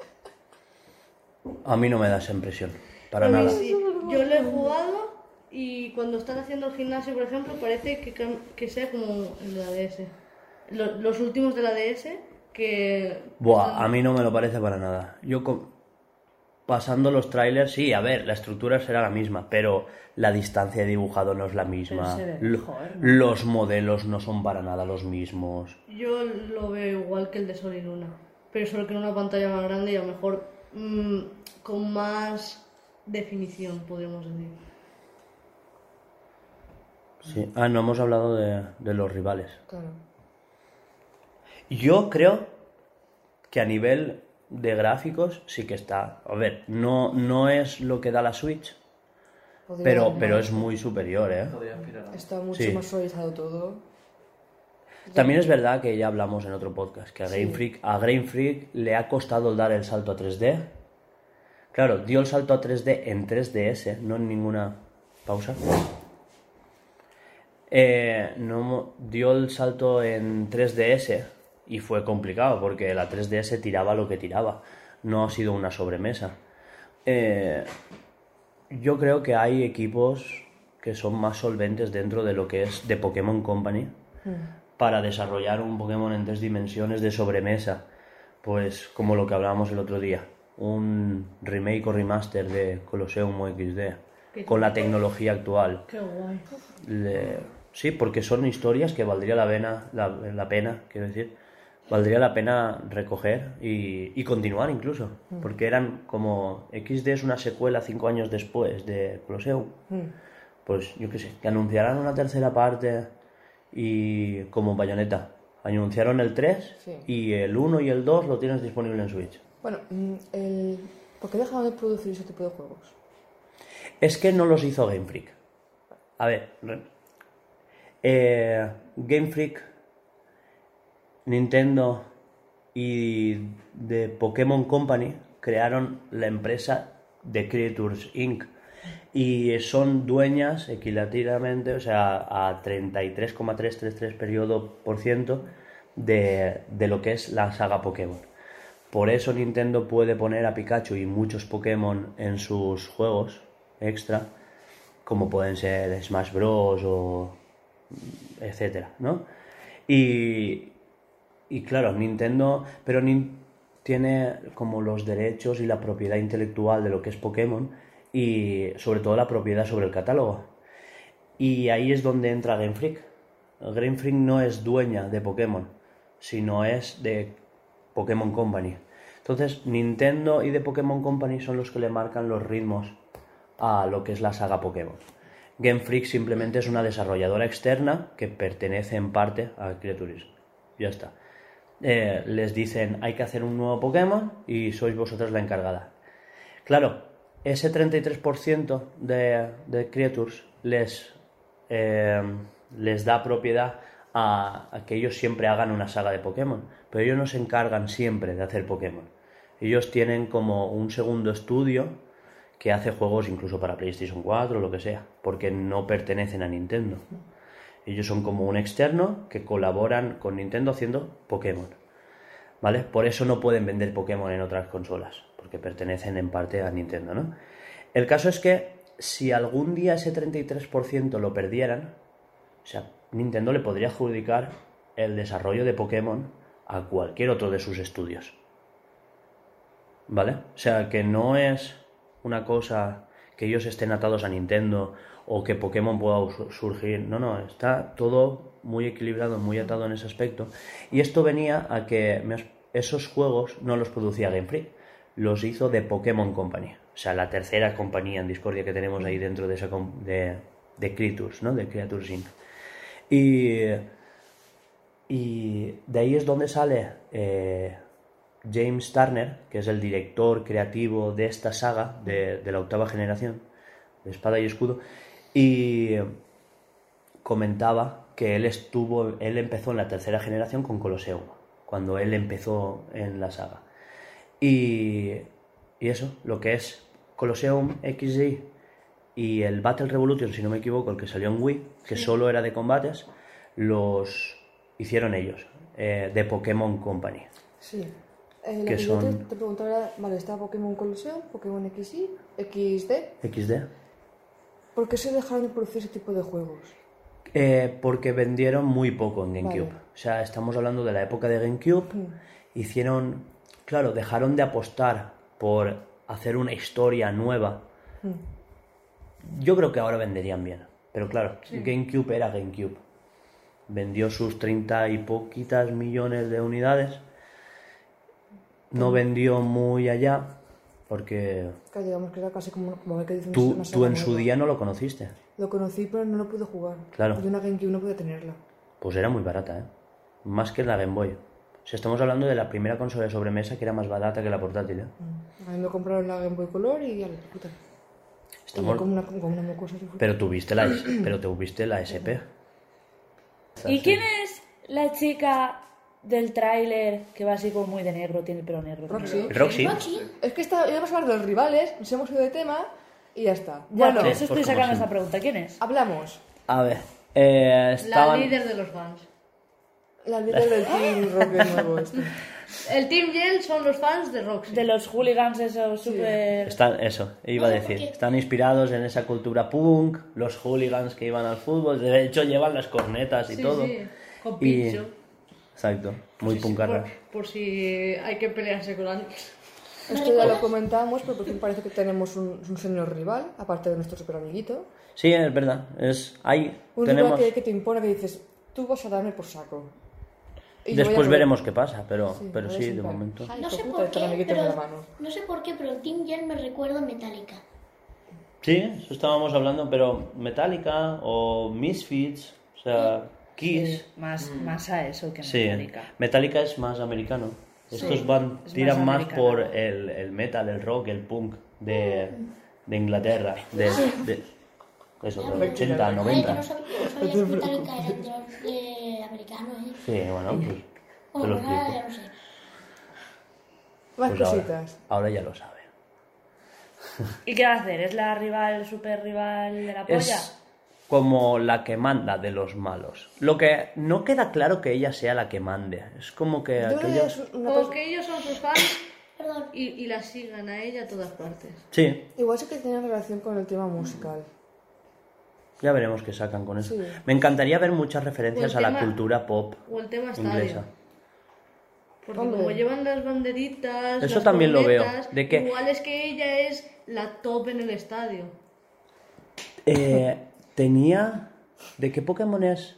A mí no me da esa impresión, para A mí nada. sí. Yo lo he jugado y cuando están haciendo el gimnasio, por ejemplo, parece que, cam- que sea como el de la D S. Lo- los últimos de la D S que... Buah, a mí no me lo parece para nada. Yo con- pasando los trailers, sí, a ver, la estructura será la misma, pero la distancia de dibujado no es la misma. Pero se ve Lo- mejor, ¿no? Los modelos no son para nada los mismos. Yo lo veo igual que el de Sol y Luna. pero solo que en una pantalla más grande y a lo mejor mmm, con más definición, podríamos decir. Sí. Ah, no hemos hablado de, de los rivales. Claro. Yo creo que a nivel de gráficos sí que está. A ver, no, no es lo que da la Switch, Podría pero, haber pero más. es muy superior, ¿eh? Podría aspirar a- Está mucho Sí. más suavizado todo. También es verdad que ya hablamos en otro podcast que a Sí. Game Freak, a Game Freak le ha costado dar el salto a tres D. Claro, dio el salto a tres D en tres D S, no en ninguna pausa. Eh, no mo- dio el salto en tres D S y fue complicado porque la tres D S tiraba lo que tiraba. No ha sido una sobremesa. Eh, yo creo que hay equipos que son más solventes dentro de lo que es de Pokémon Company para desarrollar un Pokémon en tres dimensiones de sobremesa, pues como lo que hablábamos el otro día, un remake o remaster de Colosseum o equis de con la tecnología actual. Qué guay. Le- Sí, porque son historias que valdría la pena, la, la pena, quiero decir, valdría la pena recoger y, y continuar incluso, porque eran como equis de es una secuela cinco años después de Colosseum. Pues yo qué sé, que anunciarán una tercera parte y como Bayonetta. Anunciaron el tres Sí. y el uno y el dos lo tienes disponible en Switch. Bueno, mm, el... ¿por qué dejaron de producir ese tipo de juegos? Es que no los hizo Game Freak. A ver, re- eh, Game Freak, Nintendo y de Pokémon Company crearon la empresa The Creatures incorporated y son dueñas equitativamente, o sea, a treinta y tres coma trescientos treinta y tres periodo por ciento de, de lo que es la saga Pokémon. Por eso Nintendo puede poner a Pikachu y muchos Pokémon en sus juegos extra, como pueden ser Smash Bros. O etcétera, ¿no? Y, y claro, Nintendo, pero nin- tiene como los derechos y la propiedad intelectual de lo que es Pokémon y sobre todo la propiedad sobre el catálogo. Y ahí es donde entra Game Freak. Game Freak no es dueña de Pokémon, sino es de Pokémon Company. Entonces, Nintendo y de Pokémon Company son los que le marcan los ritmos a lo que es la saga Pokémon. Game Freak simplemente es una desarrolladora externa que pertenece en parte a Creatures. Ya está. Eh, les dicen, hay que hacer un nuevo Pokémon y sois vosotras la encargada. Claro, ese treinta y tres por ciento de, de Creatures les, eh, les da propiedad a, a que ellos siempre hagan una saga de Pokémon, pero ellos no se encargan siempre de hacer Pokémon. Ellos tienen como un segundo estudio que hace juegos incluso para PlayStation cuatro o lo que sea, porque no pertenecen a Nintendo. Ellos son como un externo que colaboran con Nintendo haciendo Pokémon, ¿vale? Por eso no pueden vender Pokémon en otras consolas, porque pertenecen en parte a Nintendo, ¿no? El caso es que si algún día ese treinta y tres por ciento lo perdieran, o sea, Nintendo le podría adjudicar el desarrollo de Pokémon a cualquier otro de sus estudios, ¿vale? O sea, que no es una cosa que ellos estén atados a Nintendo o que Pokémon pueda surgir. No, no, está todo muy equilibrado, muy atado en ese aspecto. Y esto venía a que esos juegos no los producía Game Freak, los hizo de Pokémon Company. O sea, la tercera compañía en discordia que tenemos ahí dentro de esa de, de Creatures, ¿no? De Creatures incorporated. Y, y de ahí es donde sale eh, James Turner, que es el director creativo de esta saga, de, de la octava generación, de Espada y Escudo, y comentaba que él estuvo, él empezó en la tercera generación con Colosseum, cuando él empezó en la saga. Y, y eso, lo que es Colosseum equis de y el Battle Revolution, si no me equivoco, el que salió en Wii, que sí, solo era de combates, los hicieron ellos, eh, de Pokémon Company. Sí. Eh, lo que que son... yo te, te preguntaba era, vale, está Pokémon Colosseum, Pokémon equis y, equis de. equis de. ¿Por qué se dejaron de producir ese tipo de juegos? Eh, porque vendieron muy poco en GameCube. Vale. O sea, estamos hablando de la época de GameCube. Mm. Hicieron, claro, dejaron de apostar por hacer una historia nueva. Mm. Yo creo que ahora venderían bien. Pero claro, Sí. GameCube era GameCube. Vendió sus treinta y poquitas millones de unidades. no vendió muy allá porque Que digamos que era casi como, como que dicen tú, una tú saga en su nueva. día no lo conociste. Lo conocí, pero no lo pude jugar. Claro. Porque una GameCube no pude tenerla. Pues era muy barata, ¿eh? Más que la Game Boy. O sea, estamos hablando de la primera consola de sobremesa que era más barata que la portátil, ¿eh? A mí me compraron la Game Boy Color y ya la puta. Estamos- Y yo como una, como una mocosa. así fue. Pero tuviste la, pero tuviste la S P. ¿Y quién es la chica del tráiler que va así como muy de negro, tiene el pelo negro? Roxy. Roxy. Roxy. Es que está, íbamos a hablar de los rivales, nos hemos ido de tema y ya está. Ya, Bueno, por eso pues estoy como sacando siempre. esta pregunta. ¿Quién es? hablamos. A ver. Eh, La estaban... líder de los fans. La líder del Team Rocket nuevo este. El Team Yell son los fans de Roxy. De los hooligans esos súper... Están, eso, iba a No, decir. porque- Están inspirados en esa cultura punk, los hooligans que iban al fútbol. De hecho, llevan las cornetas y Sí, todo. sí, con Y- pincho. Exacto, muy Sí, sí, puncarra. Por, por si hay que pelearse con alguien. Esto ya lo comentamos, pero por fin parece que tenemos un, un señor rival, aparte de nuestro super amiguito. Sí, es verdad. Es, hay, Un tenemos... rival que, que te impone, que dices, tú vas a darme por saco. Y yo voy Después a- veremos qué pasa, pero Sí, sí, pero a ver sí si de tal. momento. Ay, No hijo sé puta, por está el qué, amiguito en pero, la mano. no sé por qué, pero el Team Yell me recuerda a Metallica. Sí, eso estábamos hablando, pero Metallica o Misfits, o sea, Kiss. Sí, más, más a eso que Sí, Metallica. Metallica es más americano. Estos van, es tiran más más, americano. por el, el metal, el rock, el punk de, de Inglaterra, de, de eso, de los ochenta, Ay, que noventa. no sabía, no sabía que Metallica era de los de americanos, ¿eh? Sí, bueno, pues te Bueno, lo pues ahora explico. ya lo sé. Más Pues ahora, cositas. ahora ya lo sabe. ¿Y qué va a hacer? ¿Es la rival, super rival de la polla? Es como la que manda de los malos. Lo que no queda claro que ella sea la que mande. Es como que Yo creo que aquellos... es una O cosa- que ellos son sus fans Perdón. y, y la sigan a ella a todas partes. Sí, Igual sí que tiene relación con el tema musical. ya veremos qué sacan con eso. Sí. Me encantaría ver muchas referencias O a el la tema- cultura pop O el tema estadio. inglesa. Porque Hombre. como llevan las banderitas, Eso las también lo veo, cornetas, de que- igual es que ella es la top en el estadio. Eh, tenía... ¿De qué Pokémon es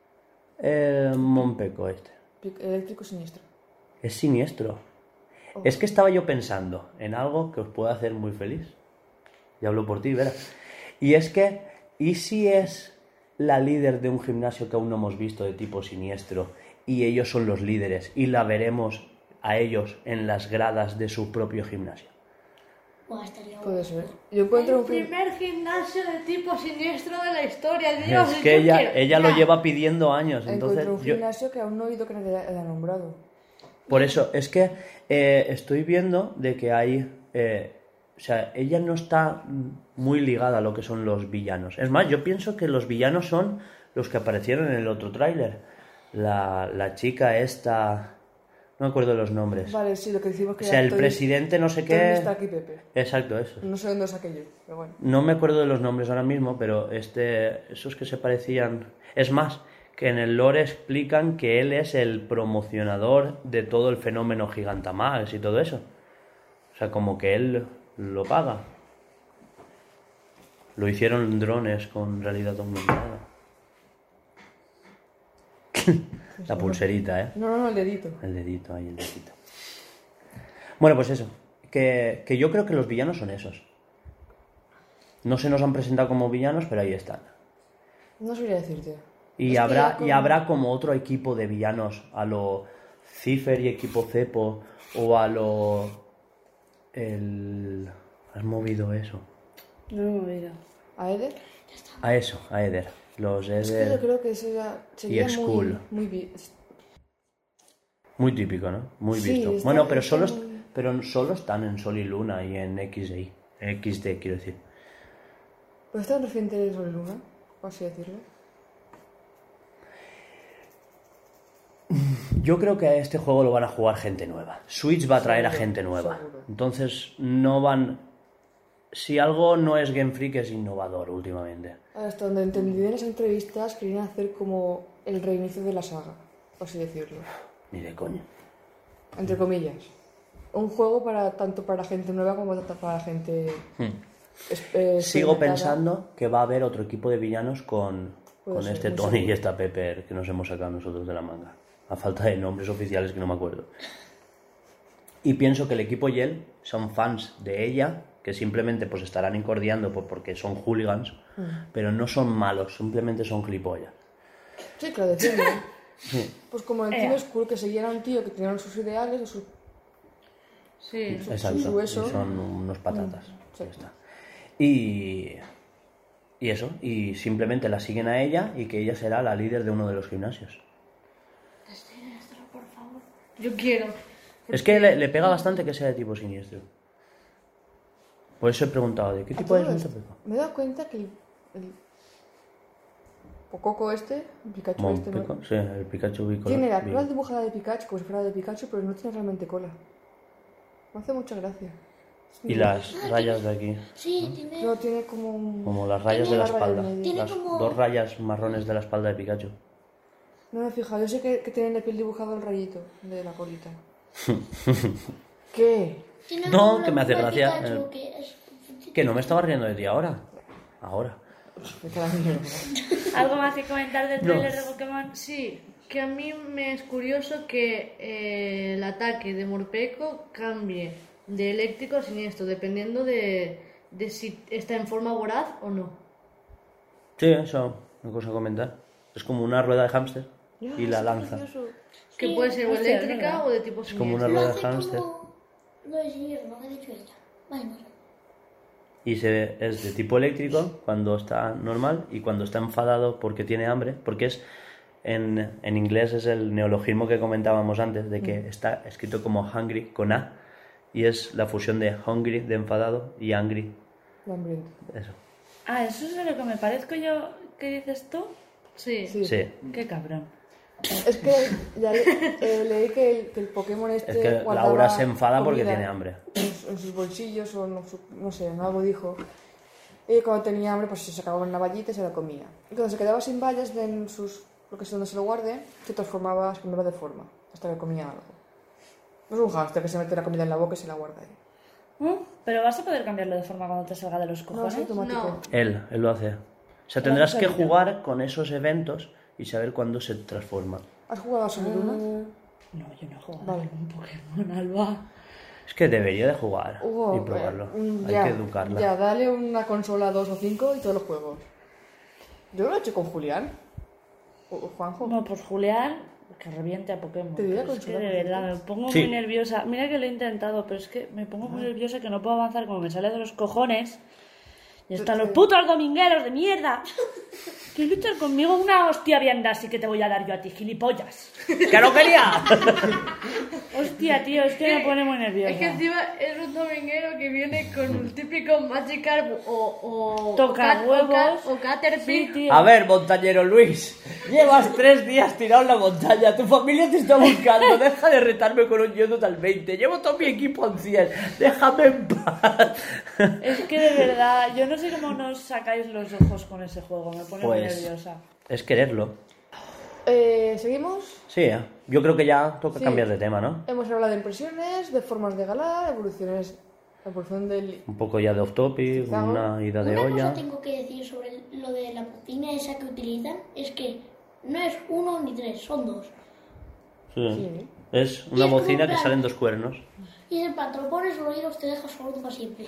el Monpeco este? Pic- Eléctrico siniestro. Es siniestro. Es que estaba yo pensando en algo que os puede hacer muy feliz. Y hablo por ti, Vera. Y es que, ¿y si es la líder de un gimnasio que aún no hemos visto de tipo siniestro y ellos son los líderes y la veremos a ellos en las gradas de su propio gimnasio? Buah, estaría Puede bueno. ser. Yo encuentro El un film... primer gimnasio de tipo siniestro de la historia. Dios, Es yo que ella, quiero ella lo ya. lleva pidiendo años. Entonces, Encuentro un yo, gimnasio que aún no he oído que nadie haya nombrado. por eso, es que eh, estoy viendo de que hay... eh, o sea, ella no está muy ligada a lo que son los villanos. Es más, yo pienso que los villanos son los que aparecieron en el otro tráiler. La, la chica esta... No me acuerdo de los nombres. Vale, sí, lo que decimos O que sea, el Tony- presidente no sé Tony qué... está aquí, Pepe. Exacto, eso. No sé dónde es aquello, pero bueno. No me acuerdo de los nombres ahora mismo, pero este, esos que se parecían... Es más, que en el lore explican que él es el promocionador de todo el fenómeno Gigantamax y todo eso. O sea, como que él lo paga. Lo hicieron drones con realidad aumentada. La pulserita, ¿eh? No, no, no, el dedito. El dedito, ahí el dedito. Bueno, pues eso. Que, que yo creo que los villanos son esos. No se nos han presentado como villanos, pero ahí están. No sabría decirte. Y Es que habrá, ya con- y habrá como otro equipo de villanos a lo Cipher y equipo Cepo o a lo... El... Has movido eso. No me he movido. ¿A Eder? A eso, a Eder. Los Es que yo Eder... creo que sería, sería muy, Skull. muy bi- Muy típico, ¿no? Muy Sí, visto. está- Bueno, pero está solo, muy- pero solo están en Sol y Luna y en X D, X D, quiero decir. ¿Pero está en reciente de Sol y Luna? Por así decirlo. Yo creo que a este juego lo van a jugar gente nueva. Switch va a traer a Seguro, gente nueva. seguro. Entonces no van... Si algo no es Game Freak es innovador últimamente. Hasta donde entendí en las entrevistas, querían hacer como el reinicio de la saga, por así decirlo. Ni de coña. Entre comillas. Un juego para tanto para gente nueva como para gente... es- eh, Sigo experimentada. pensando que va a haber otro equipo de villanos con, Puede con ser, este muy Tony y seguro. esta Pepper que nos hemos sacado nosotros de la manga. A falta de nombres oficiales que no me acuerdo. Y pienso que el equipo y él son fans de ella, que simplemente pues estarán incordiando por- porque son hooligans, pero no son malos, simplemente son gilipollas. Sí, que lo defienden. Pues como en el Ea. Team School, que seguían a un tío que tenían sus ideales, o sus... Sí. Exacto, su eso. y son unos patatas. sí. Ya está. Y, y eso, y simplemente la siguen a ella y que ella será la líder de uno de los gimnasios. Yo quiero. Es que le, le pega bastante que sea de tipo siniestro. Por eso he preguntado, ¿de qué A tipo es? todo No te esto, explico. me he dado cuenta que el, el Pococo este, el Pikachu Mon este, ¿no? Pico, sí, el Pikachu bicolor. Tiene la Bi- cola dibujada de Pikachu como si fuera de Pikachu, pero no tiene realmente cola. Me hace mucha gracia. Y las rayas de aquí, Sí, tiene... No, tiene como un... como las rayas de la Tiene la raya espalda. en medio. Tiene Las como- dos rayas marrones de la espalda de Pikachu. No me he fijado, yo sé que, que tiene en la piel dibujado el rayito de la colita. ¿Qué? tiene No, como que me hace una gracia, Pikachu eh. que es- Que no me estaba riendo de ti ahora. Ahora. Vete a la mierda. ¿Algo más que comentar del No. trailer de Pokémon? Sí, que a mí me es curioso que eh, el ataque de Morpeko cambie de eléctrico a siniestro, dependiendo de, de si está en forma voraz o no. Sí, eso, una cosa a comentar. Es como una rueda de hámster y la lanza. Que Sí, puede ser o hostia, es eléctrica verdad. o de tipo Es como una siniestro. Lo rueda de hace hámster. como... Lo de siniestro, lo que ha dicho ella. Vale, no sé. Y se, es de tipo eléctrico cuando está normal y cuando está enfadado porque tiene hambre, porque es en, en inglés es el neologismo que comentábamos antes, de que está escrito como hungry con A, y es la fusión de hungry, de enfadado, y angry, La hambriento. eso. Ah, ¿eso es a lo que me parezco yo que dices tú? Sí. Sí. Sí, Qué cabrón. Es que ya le- eh, leí que el, que el Pokémon este es que guardaba Laura se enfada porque comida tiene hambre. En, su- en sus bolsillos o no, su- no sé, en algo dijo. Y cuando tenía hambre pues se sacaba una vallita y se la comía. Y cuando se quedaba sin vallas en sus, lo que es donde se lo guarde, se transformaba, se cambiaba de forma hasta que comía algo. No es un hámster que se mete la comida en la boca y se la guarda ahí. ¿Mm? ¿Pero vas a poder cambiarlo de forma cuando te salga de los No, cojones? es automático. No. Él, él lo hace. O sea, tendrás que jugar con esos eventos y saber cuándo se transforma. ¿Has jugado a Soliluna? No, yo no juego Vale. a ningún Pokémon, Alba. Es que debería de jugar Hugo, y probarlo. eh, mm, Hay ya, que educarla. Ya, dale una consola dos o cinco y todos los juegos. Yo lo he hecho con Julián. O, o Juanjo. No, pues Julián, que reviente a Pokémon. Te diría Pero es que consola, de por verdad me cierto. pongo Sí. muy nerviosa. Mira que lo he intentado, pero es que me pongo muy nerviosa que no puedo avanzar como me sale de los cojones. Y están los putos domingueros de mierda que luchan conmigo. Una hostia vianda así que te voy a dar yo a ti, gilipollas. ¡Que no quería! Hostia, tío, es que me pone muy nerviosa. Es que encima es un dominguero que viene con un típico Magikarp o... o Toca o, huevos. Ca- o Caterpie. Sí, tío. A ver, montañero Luis, llevas tres días tirado en la montaña, tu familia te está buscando, deja de retarme con un yodo al veinte, llevo todo mi equipo en cien, déjame en paz. Es que de verdad, yo no sé cómo nos sacáis los ojos con ese juego, me pone muy Pues nerviosa. es quererlo. Eh, ¿Seguimos? Sí, ¿eh? Yo creo que ya toca Sí. cambiar de tema, ¿no? Hemos hablado de impresiones, de formas de galar, evoluciones, evolución del... Un poco ya de off topic, Quizá una ida de Una olla. cosa tengo que decir sobre lo de la potina esa que utilizan es que no es uno ni tres, son dos. Sí. Sí. Es Y una es como bocina que plan- salen dos cuernos. Y el patrón pones los oídos te deja sordo para siempre.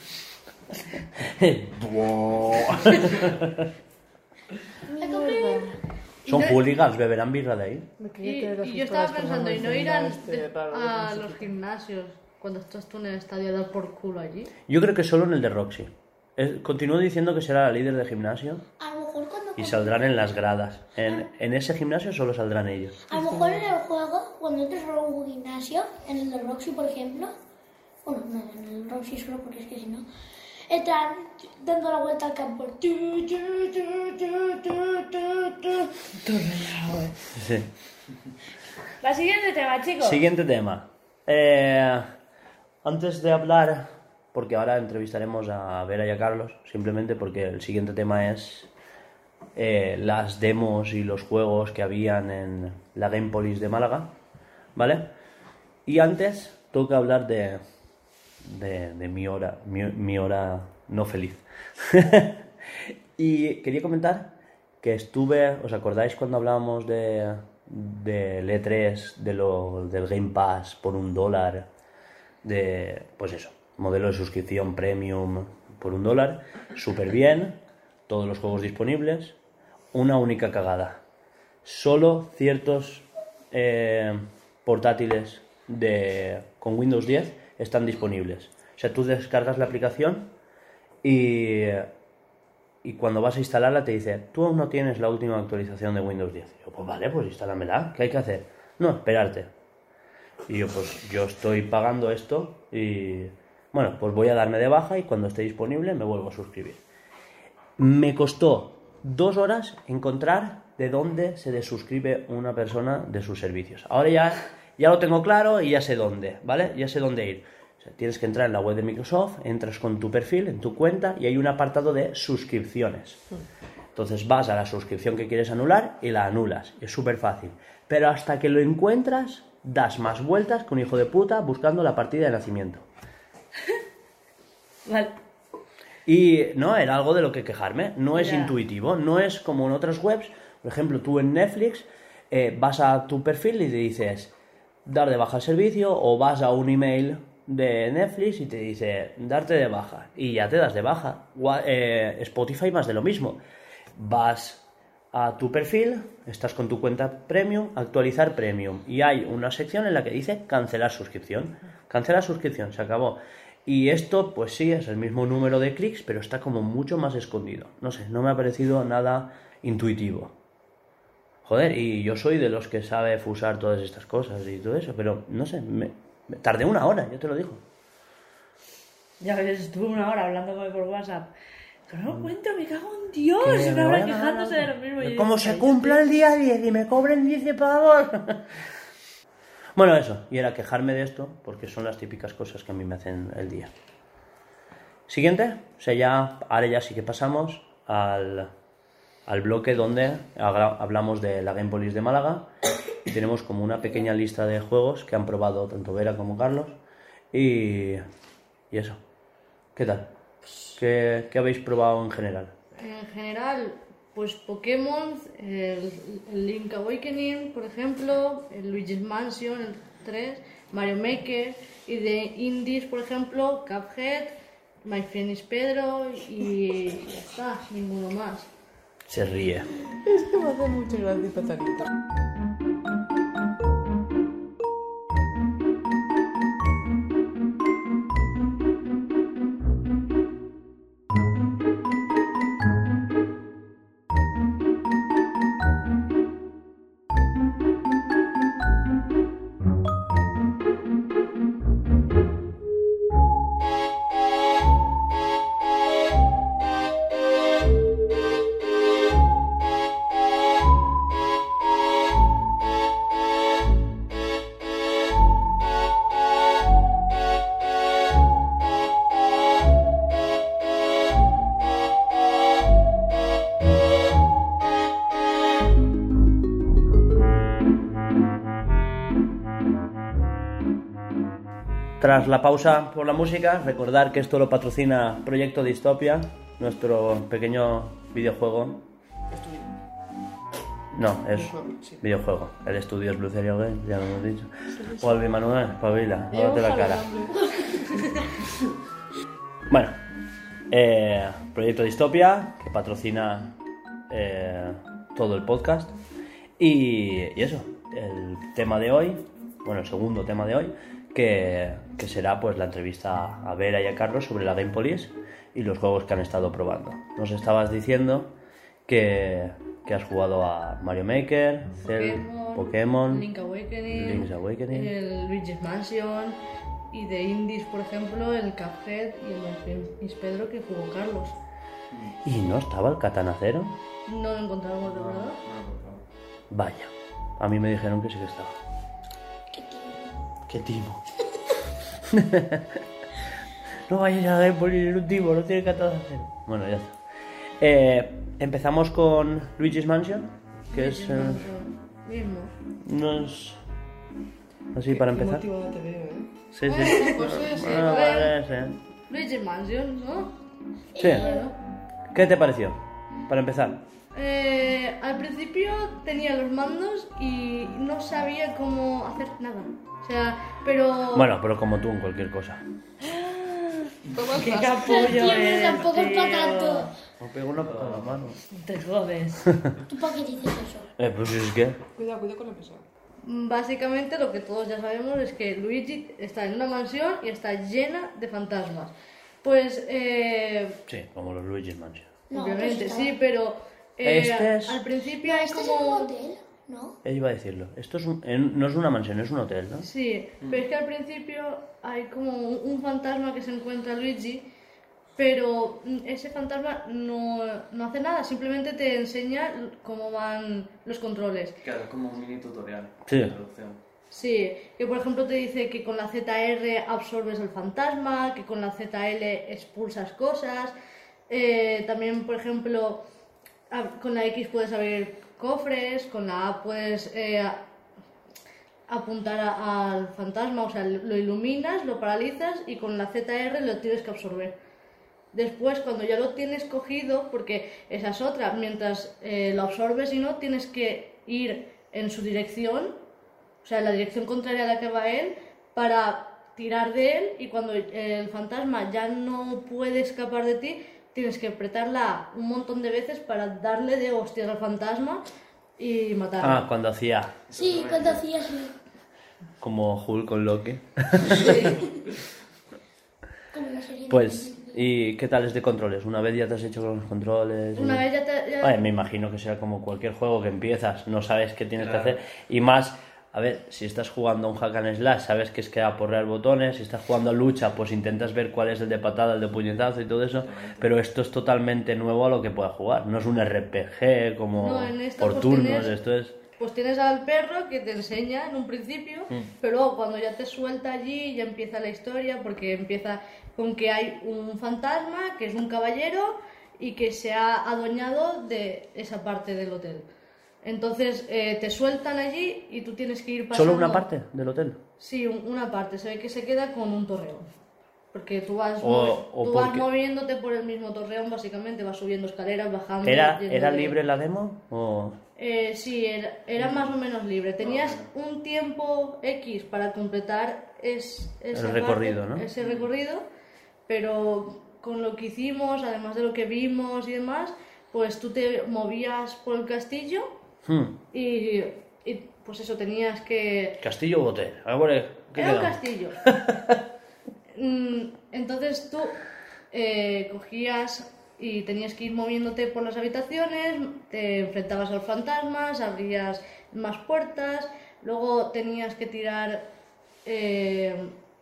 Mierda. Son hooligans, beberán birra de ahí. Me Y, quería tener las y yo pistolas estaba con pensando, la ¿y no enfermedad irán este de- raro de a principio? los gimnasios cuando estás tú en el estadio a dar por culo allí? Yo creo que solo en el de Roxy. Es- Continúo diciendo que será la líder de gimnasio A lo mejor cuando... y saldrán en las gradas. En, en ese gimnasio solo saldrán ellos. A lo mejor en el juego, cuando entres a un gimnasio, en el de Roxy, por ejemplo, bueno, no, en el Roxy solo porque es que si no, están dando la vuelta al campo. Tu, tu, tu, tu, tu, tu, tu. Sí. La siguiente tema, chicos. Siguiente tema. Eh, antes de hablar, porque ahora entrevistaremos a Vera y a Carlos, simplemente porque el siguiente tema es eh, las demos y los juegos que habían en la Gamepolis de Málaga, ¿vale? Y antes toca hablar de, de, de mi hora, mi, mi hora no feliz. Y quería comentar que estuve, ¿os acordáis cuando hablábamos de del E tres, de lo, del Game Pass por un dólar de, pues eso, modelo de suscripción premium por un dólar, súper bien, todos los juegos disponibles, una única cagada. Solo ciertos eh, portátiles de, con Windows diez están disponibles. O sea, tú descargas la aplicación y, y cuando vas a instalarla te dice, tú aún no tienes la última actualización de Windows diez. Y yo, pues vale, pues instálamela, ¿qué hay que hacer? No, esperarte. Y yo, pues yo estoy pagando esto y bueno, pues voy a darme de baja y cuando esté disponible me vuelvo a suscribir. Me costó dos horas encontrar de dónde se desuscribe una persona de sus servicios. Ahora ya, ya lo tengo claro y ya sé dónde, ¿vale? Ya sé dónde ir. O sea, tienes que entrar en la web de Microsoft, entras con tu perfil, en tu cuenta y hay un apartado de suscripciones. Entonces vas a la suscripción que quieres anular y la anulas. Es súper fácil. Pero hasta que lo encuentras, das más vueltas que un hijo de puta buscando la partida de nacimiento. Vale. Y no, era algo de lo que quejarme. No es Ya. intuitivo, no es como en otras webs. Por ejemplo, tú en Netflix eh, vas a tu perfil y te dices dar de baja el servicio, o vas a un email de Netflix y te dice darte de baja y ya te das de baja. Gua- eh, Spotify más de lo mismo. Vas a tu perfil, estás con tu cuenta premium, actualizar premium y hay una sección en la que dice cancelar suscripción. Cancelar suscripción, se acabó. Y esto, pues sí, es el mismo número de clics, pero está como mucho más escondido. No sé, no me ha parecido nada intuitivo. Joder, y yo soy de los que sabe fusar todas estas cosas y todo eso, pero no sé, me, me tardé una hora, yo te lo digo. Ya ves, estuve una hora hablando con él por WhatsApp. Que no lo cuento, me cago en Dios. Que Una me hora vayan a- quejándose de lo mismo. Y yo Como digo, se "Cállate". cumpla el día diez y me cobren diez pavos. Bueno, eso, y era quejarme de esto, porque son las típicas cosas que a mí me hacen el día. Siguiente, o sea, ya, ahora ya sí que pasamos al, al bloque donde haga- hablamos de la Game Police de Málaga y tenemos como una pequeña lista de juegos que han probado tanto Vera como Carlos y, y eso. ¿Qué tal? ¿Qué, qué habéis probado en general? En general, pues Pokémon, el, el Link Awakening, por ejemplo, el Luigi's Mansion, el tres, Mario Maker, y de indies, por ejemplo, Cuphead, My Friend is Pedro, y ya está, ninguno más. Se ríe. Es que me hace mucha gracia esta tarita. Tras la pausa por la música, recordar que esto lo patrocina Proyecto Distopia, nuestro pequeño videojuego. No, es Sí. videojuego. El estudio es Blue Cereal Games, ya lo hemos dicho. Wolvi Manuel, espabila, lávate la cara. Bueno, eh, Proyecto Distopia, que patrocina eh, todo el podcast. Y, y eso, el tema de hoy, bueno, el segundo tema de hoy, que, que será pues la entrevista a Vera y a Carlos sobre la Game Police y los juegos que han estado probando. Nos estabas diciendo que, que has jugado a Mario Maker, Cel- Pokémon, Link Awakening, Link's Awakening. el Luigi's Mansion, y de indies, por ejemplo, el Cuphead y el My Friend is Pedro que jugó Carlos. ¿Y no estaba el Katana Zero? No lo encontramos de verdad. Vaya, a mí me dijeron que sí que estaba. Qué timo. ¡Qué timo! No vayas a Game Police en un timo, no tiene Katana Zero. Bueno, ya está. Eh, empezamos con Luigi's Mansion, que es... Luigi's eh, Mansion mismo. no es... Así para Qué empezar. motivado te veo, ¿eh? Sí, sí. Bueno, pues ese, Ah, a ver. vale, sí. Luigi's Mansion, ¿no? Sí. Bueno, ¿Qué te pareció? Para empezar. Eh, al principio tenía los mandos y no sabía cómo hacer nada. O sea, pero... Bueno, pero como tú en cualquier cosa. ¡Qué capullo Tienes eres, tampoco es tío! para tanto. Me pego una con la mano. Te jodes. ¿Tú para qué dices eso? Eh, pues es que... Cuidado, cuidado con la mesa. Básicamente lo que todos ya sabemos es que Luigi está en una mansión y está llena de fantasmas. Pues, eh, Sí, como los Luigi's Mansion. No, obviamente pues sí, está- pero eh, Este es- al principio hay ¿Este es un como... hotel? ¿No? Él iba a decirlo. Esto es un- en- no es una mansión, es un hotel, ¿no? Sí, pero es que al principio hay como un, un fantasma que se encuentra Luigi, pero mm, ese fantasma no, no hace nada, simplemente te enseña cómo van los controles. Claro, es como un mini tutorial. Sí. de introducción. Sí, que por ejemplo te dice que con la Z R absorbes el fantasma, que con la Z L expulsas cosas. Eh, también, por ejemplo, a- con la X puedes abrir cofres, con la A puedes eh, a- apuntar a- al fantasma, o sea, lo iluminas, lo paralizas y con la Z R lo tienes que absorber. Después, cuando ya lo tienes cogido, porque esa es otra, mientras eh, lo absorbes y no, tienes que ir en su dirección, o sea, en la dirección contraria a la que va él, para tirar de él y cuando el fantasma ya no puede escapar de ti, tienes que apretarla un montón de veces para darle de hostias al fantasma y matarlo. Ah, cuando hacía Sí, cuando hacía así. como Hulk con Loki. Como la serie de- Pues, ¿y qué tal es de controles? Una vez ya te has hecho con los controles. y- Una vez ya te... ya- Vale, me imagino que será como cualquier juego que empiezas, no sabes qué tienes Claro. que hacer. Y más, a ver, si estás jugando a un hack and slash, sabes que es que aporrear botones. Si estás jugando a lucha, pues intentas ver cuál es el de patada, el de puñetazo y todo eso. Pero esto es totalmente nuevo a lo que puedas jugar. No es un R P G como No, en esto, por pues, turnos, tienes- esto es... Pues tienes al perro que te enseña en un principio, pero luego cuando ya te suelta allí ya empieza la historia, porque empieza con que hay un fantasma, que es un caballero, y que se ha adueñado de esa parte del hotel. Entonces eh, te sueltan allí y tú tienes que ir pasando... ¿Solo una parte del hotel? Sí, un- una parte. Se ve que se queda con un torreón. Porque tú vas, O- movi- o tú vas porque- moviéndote por el mismo torreón, básicamente. Vas subiendo escaleras, bajando... ¿Era, yendo ¿era de- libre la demo? O... Eh, sí, era, era más o menos libre. Tenías un tiempo X para completar es, esa El recorrido, parte, ¿no? ese recorrido, pero con lo que hicimos, además de lo que vimos y demás, pues tú te movías por el castillo Hmm. y, y, pues eso, tenías que... ¿Castillo o hotel? A ver, ¿qué Era un queda? castillo. Mm, Entonces tú eh, cogías y tenías que ir moviéndote por las habitaciones, te enfrentabas a los fantasmas, abrías más puertas, luego tenías que tirar eh,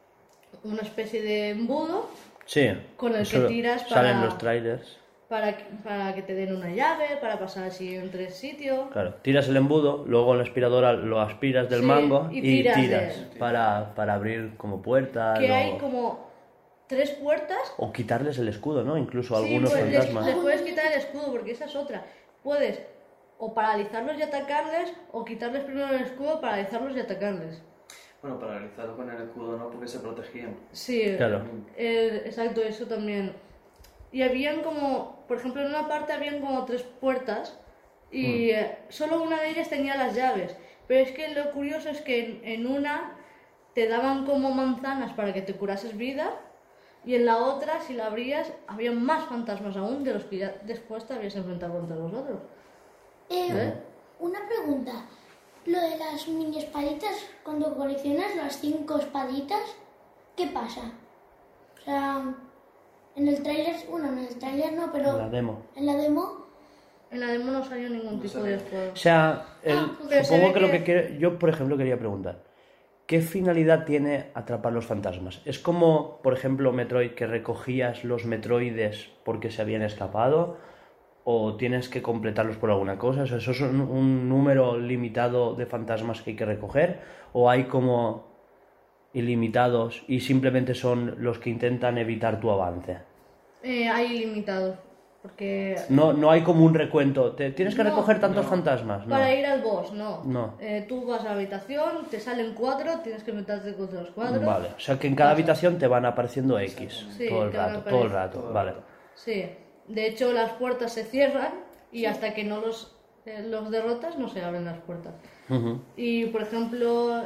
una especie de embudo Sí. con el eso que tiras Salen para- los trailers. para, que- para que te den una llave, para pasar al siguiente sitio. Claro, tiras el embudo, luego la aspiradora lo aspiras del Sí, mango y y tiras tiras, de él. para, para abrir como puertas Que o, hay como tres puertas. o quitarles el escudo, ¿no? Incluso a Sí, algunos pues, les, fantasmas. les puedes quitar el escudo, porque esa es otra. Puedes o paralizarlos y atacarles, o quitarles primero el escudo, paralizarlos y atacarles. Bueno, paralizado con el escudo no, porque se protegían. Sí, Claro. eh, exacto, eso también. Y habían como, por ejemplo, en una parte habían como tres puertas y eh, solo una de ellas tenía las llaves. Pero es que lo curioso es que en, en una te daban como manzanas para que te curases vida y en la otra, si la abrías, había más fantasmas aún de los que ya después te habías enfrentado contra los otros. Eh, ¿Eh? Una pregunta. Lo de las mini espaditas, cuando coleccionas las cinco espaditas, ¿qué pasa? O sea, en el tráiler, bueno, en el tráiler no, pero La demo. en la demo, En la demo no salió ningún tipo de juego. O sea, el- Ah, pero se supongo ve que, lo que- que quiere, yo por ejemplo quería preguntar, ¿qué finalidad tiene atrapar los fantasmas? ¿Es como, por ejemplo, Metroid, que recogías los Metroides porque se habían escapado? ¿O tienes que completarlos por alguna cosa? O sea, ¿eso es un, un número limitado de fantasmas que hay que recoger? ¿O hay como ilimitados y simplemente son los que intentan evitar tu avance? Eh, hay limitados, porque No, no hay como un recuento. ¿Te, ¿Tienes que No, recoger tantos fantasmas? No. para ir al boss, no. No. Eh, tú vas a la habitación, te salen cuatro, tienes que meterte contra los cuatro. Vale, o sea que en cada habitación te van apareciendo X Sí, todo el te van rato, todo el apareciendo. rato, vale. Sí. De hecho, las puertas se cierran y hasta que no los, eh, los derrotas no se abren las puertas. Ujú. Y por ejemplo,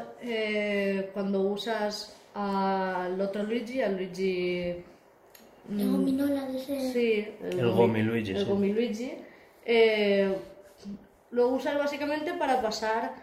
eh, cuando usas al otro Luigi, al Luigi... El gominola de ese... Sí, El Gomi Luigi, el sí. Gomi Luigi, eh, lo usas básicamente para pasar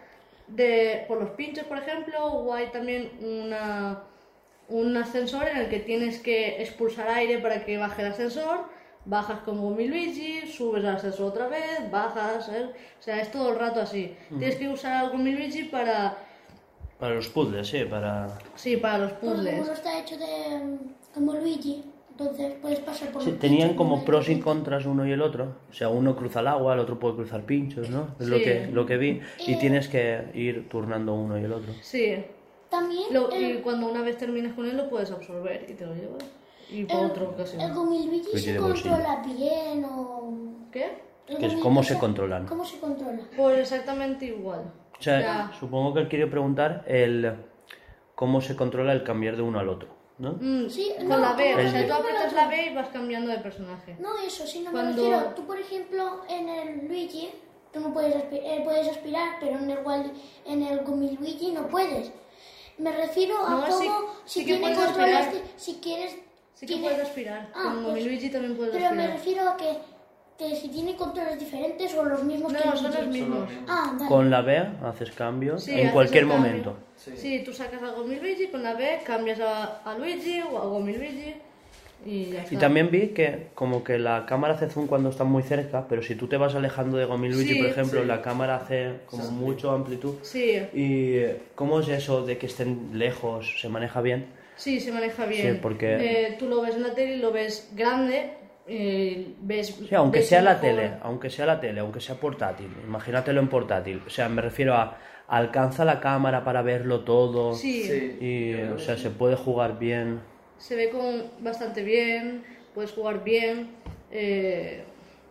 de, por los pinchos, por ejemplo, o hay también una, un ascensor en el que tienes que expulsar aire para que baje el ascensor, bajas con Gomi Luigi, subes al ascensor otra vez, bajas, ¿eh? O sea, es todo el rato así. Tienes que usar al Gomi Luigi para, Para los puzzles, sí, para... sí, para los Porque como puzzles. no está hecho de... mm, como Luigi, entonces puedes pasar por Sí, los tenían pinchos, como no hay pros y que- contras uno y el otro. O sea, uno cruza el agua, el otro puede cruzar pinchos, ¿no? Es lo, Sí. que, lo que vi. Y Eh. tienes que ir turnando uno y el otro. Sí, También lo- el, y cuando una vez termines con él lo puedes absorber y te lo llevas. Y para el, otra ocasión. el Gomi Luigi Luigi se de bolsillo. controla bien o... ¿Qué? el Que es Gomi cómo Luigi, se controlan. ¿Cómo se controla? Pues exactamente igual. O sea, Ya. supongo que él quiere preguntar el cómo se controla el cambiar de uno al otro, ¿no? Mm, Sí, con no, la B, como- o sea, tú como aprietas la- la B y vas cambiando de personaje. No eso, sino Cuando- me refiero, tú por ejemplo en el Luigi, tú no puedes, aspi- eh, puedes aspirar, pero en el, Wal- en el Gomi Luigi no puedes. Me refiero a No, cómo, sí- si sí que tiene puedes controles, aspirar. de- si quieres... Sí que tiene- puedes aspirar. Ah, Con pues- mi Luigi también puedes Pero me aspirar. refiero a que, que si tiene controles diferentes o los mismos que No, el son los Luigi. mismos. Ah, vale. Con la B haces cambio Sí, en haces cualquier el cambio. momento. Sí. Sí, tú sacas a Gomi Luigi, con la B cambias a, a Luigi o a Gomi Luigi y ya está. Y también vi que como que la cámara hace zoom cuando está muy cerca, pero si tú te vas alejando de Gomi Luigi, Sí, por ejemplo, sí. la cámara hace como Sí. mucho amplitud. Sí, ¿Y eh, cómo es eso de que estén lejos? ¿Se maneja bien? sí, se maneja bien. Sí, porque- Eh, tú lo ves en la tele y lo ves grande, eh, ves... Sí, aunque ves sea la mejor. tele, aunque sea la tele, aunque sea portátil, imagínatelo en portátil. O sea, me refiero a alcanza la cámara para verlo todo. Sí, Sí, Y, yo creo o que sea, sí. se puede jugar bien. se ve con bastante bien, puedes jugar bien. eh,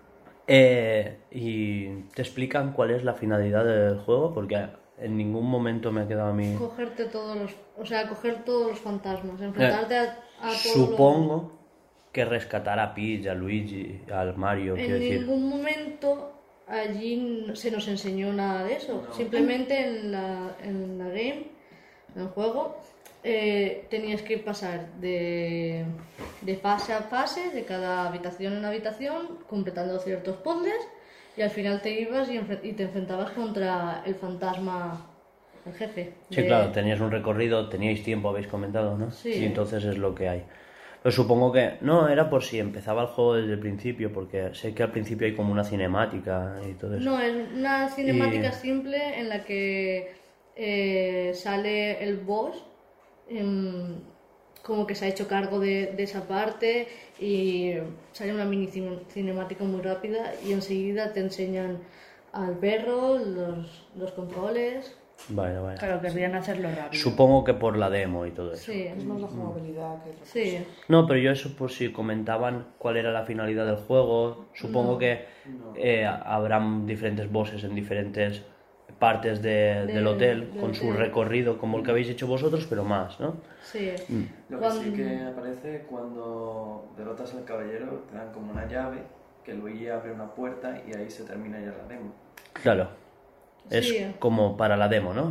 Eh, y te explican cuál es la finalidad del juego, porque en ningún momento me ha quedado a mí. cogerte todos los, o sea, coger todos los fantasmas, enfrentarte a, a todos Supongo que rescatar a Peach, a Luigi, al Mario, los... quiero En decir. ningún momento allí no- se nos enseñó nada de eso. Simplemente en la, en la game, en el juego, eh, tenías que pasar de, de fase a fase, de cada habitación en habitación, completando ciertos puzzles, y al final te ibas y, enfre- y te enfrentabas contra el fantasma, el jefe. Sí, de- claro, tenías un recorrido, teníais tiempo, habéis comentado, ¿no? Sí. Y entonces es lo que hay. Pero supongo que no, era por si empezaba el juego desde el principio, porque sé que al principio hay como una cinemática y todo eso. No, es una cinemática Y- simple en la que eh, sale el boss, em, como que se ha hecho cargo de, de esa parte y sale una mini cine- cinemática muy rápida y enseguida te enseñan al perro, los, los controles. Vale, vale. Claro, querrían hacerlo rápido. Supongo que por la demo y todo eso. Sí, Es más la jugabilidad que otra cosa. sí. No, pero yo eso por si comentaban cuál era la finalidad del juego. Supongo que eh, habrán diferentes bosses en diferentes partes de- del Del- hotel del con su hotel. recorrido como el que habéis hecho vosotros, pero más, ¿no? Sí. Lo que Cuando- sí que aparece cuando derrotas al caballero, te dan como una llave que Luigi abre una puerta y ahí se termina ya la demo. Claro. Es Sí. como para la demo, ¿no?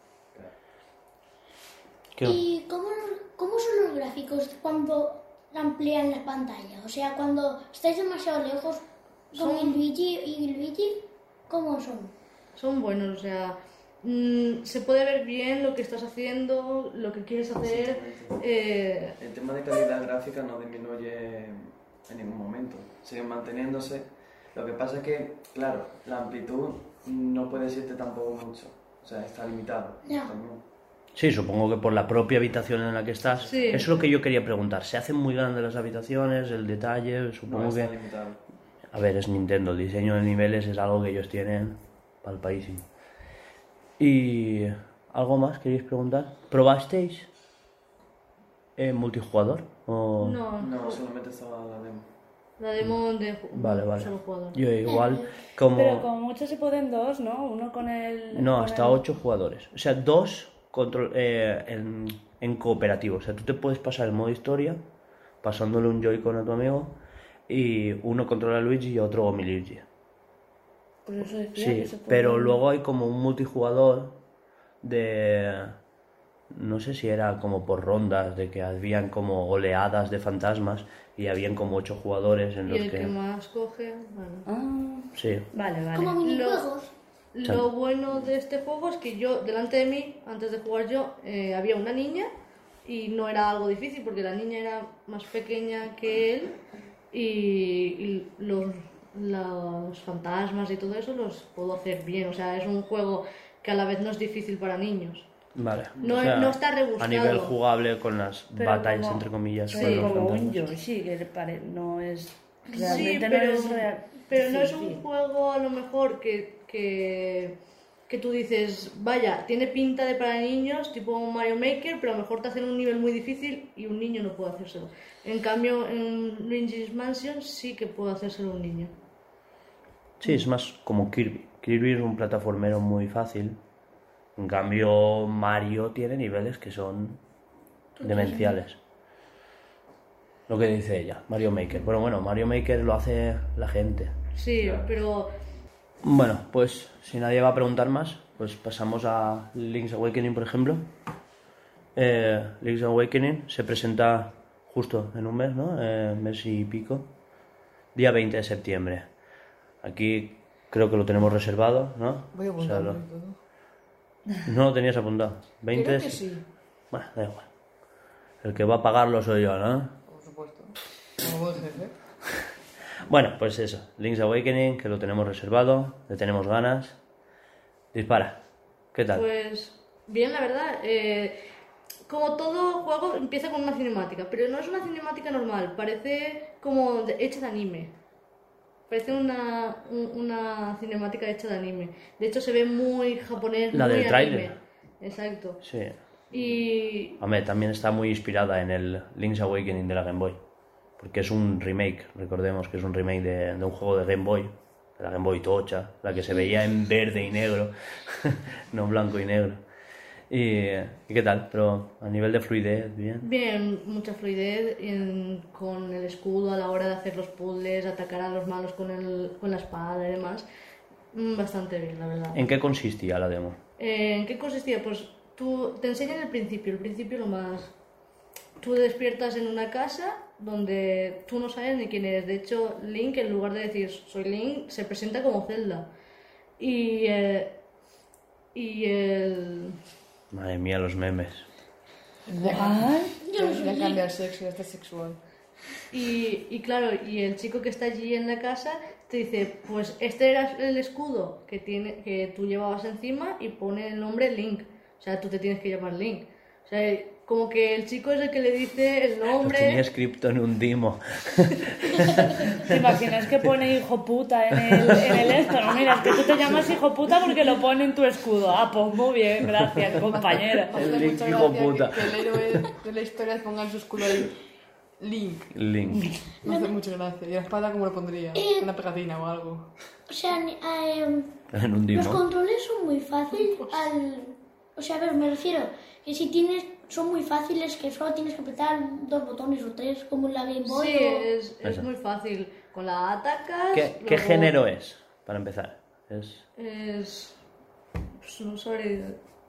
¿Qué- ¿Y cómo, cómo son los gráficos cuando amplían la pantalla? O sea, cuando estáis demasiado lejos con Son- Luigi y Luigi, ¿cómo son? Son buenos, o sea, mm, se puede ver bien lo que estás haciendo, lo que quieres hacer. eh, El tema de calidad gráfica no disminuye en ningún momento, sigue manteniéndose. Lo que pasa es que, claro, la amplitud no puedes irte tampoco mucho, o sea, está limitado. Ya. también. Sí, supongo que por la propia habitación en la que estás. Sí. Eso es lo que yo quería preguntar. ¿Se hacen muy grandes las habitaciones? El detalle, No supongo está que... limitado. A ver, es Nintendo, el diseño de niveles es algo que ellos tienen palpadísimo. ¿Y algo más queréis preguntar? ¿Probasteis en multijugador? O... no, No, solamente estaba la demo. la demo de ju- Vale, vale. solo jugador. Yo igual, como... Pero como mucho se pueden dos, ¿no? Uno con el... No, con hasta el- ocho jugadores. O sea, dos control, eh, en, en cooperativo. O sea, tú te puedes pasar el modo historia pasándole un Joy-Con a tu amigo y uno controla a Luigi y otro Gomi Luigi. Por eso decía Sí, que se puede- pero luego hay como un multijugador de... No sé si era como por rondas, de que habían como oleadas de fantasmas y habían como ocho jugadores en Y los el que... que más coge, bueno. Ah, Sí, vale, vale. Como minijuegos. Lo bueno de este juego es que yo, delante de mí, antes de jugar yo, eh, había una niña y no era algo difícil porque la niña era más pequeña que él y, y los, los fantasmas y todo eso los puedo hacer bien. O sea, es un juego que a la vez no es difícil para niños. vale. No- O sea, no está rebuscado. A nivel jugable con las Pero batallas, como- entre comillas, Sí, con los como un fantasmas. Yoshi, que pare- no es... Sí, Realmente pero, no es real. pero no es difícil. un juego a lo mejor que, que, que tú dices, vaya, tiene pinta de para niños, tipo Mario Maker, pero a lo mejor te hacen un nivel muy difícil y un niño no puede hacérselo. En cambio, en Luigi's Mansion sí que puede hacérselo un niño. Sí, es más como Kirby. Kirby es un plataformero muy fácil. En cambio, Mario tiene niveles que son demenciales. Lo que dice ella, Mario Maker. Bueno, bueno, Mario Maker lo hace la gente. Sí, pero Bueno, pues si nadie va a preguntar más, pues pasamos a Link's Awakening, por ejemplo. Eh, Link's Awakening se presenta justo en un mes, ¿no? Eh, mes y pico. Día veinte de septiembre. Aquí creo que lo tenemos reservado, ¿no? Voy a O sea, apuntarlo lo- y todo. no lo tenías apuntado. veinte Creo de que se- sí, Bueno, da igual. El que va a pagarlo soy yo, ¿no? por supuesto. Como buen jefe. Bueno, pues eso. Link's Awakening, que lo tenemos reservado, le tenemos ganas. Dispara. ¿Qué tal? pues bien, la verdad. eh, como todo juego empieza con una cinemática, pero no es una cinemática normal, parece como de- hecha de anime. Parece una, un- una cinemática hecha de anime. De hecho se ve muy japonés, La muy del anime. tráiler. Exacto. Sí. Y Hombre, también está muy inspirada en el Link's Awakening de la Game Boy. Porque es un remake, recordemos que es un remake de, de un juego de Game Boy, de la Game Boy tocha, la que se veía en verde y negro, no blanco y negro. Y, ¿y qué tal? Pero a nivel de fluidez, bien. bien, mucha fluidez en- con el escudo a la hora de hacer los puzzles, atacar a los malos con, el, con la espada y demás. Mm, Bastante bien, la verdad. ¿En qué consistía la demo? Eh, ¿En qué consistía? Pues tú te enseñan el principio, el principio lo más... Tú despiertas en una casa donde tú no sabes ni quién eres. De hecho, Link, en lugar de decir soy Link, se presenta como Zelda. Y, eh, y el... Madre mía, los memes. ¿Cuál? Ya, ya cambia el sexo, ya está sexual. Y, y claro, y el chico que está allí en la casa te dice, pues este era el escudo que, tiene, que tú llevabas encima y pone el nombre Link. O sea, tú te tienes que llamar Link. O sea, como que el chico es el que le dice el Lo nombre. tenía escrito en un dimo. ¿Te imaginas que pone hijo puta en el, en el esto? No, mira, es que tú te llamas hijo puta porque lo pone en tu escudo. Ah, pues muy bien, gracias, compañero. Me hace Link, mucha hijo gracia puta. Que, que el héroe de la historia ponga en su escudo ahí Link. Link. Me hace mucha gracia. ¿Y la espada cómo lo pondría? Una pegatina o algo. O sea, ni- eh, En un los dimo. controles son muy fáciles al... O sea, a ver, me refiero que si tienes... Son muy fáciles, que solo tienes que apretar dos botones o tres, como en la Game Boy. Sí, o- es, es Eso. muy fácil. Con la atacas. ¿Qué, qué luego género es? Para empezar. Es... Es. Pues no sabría.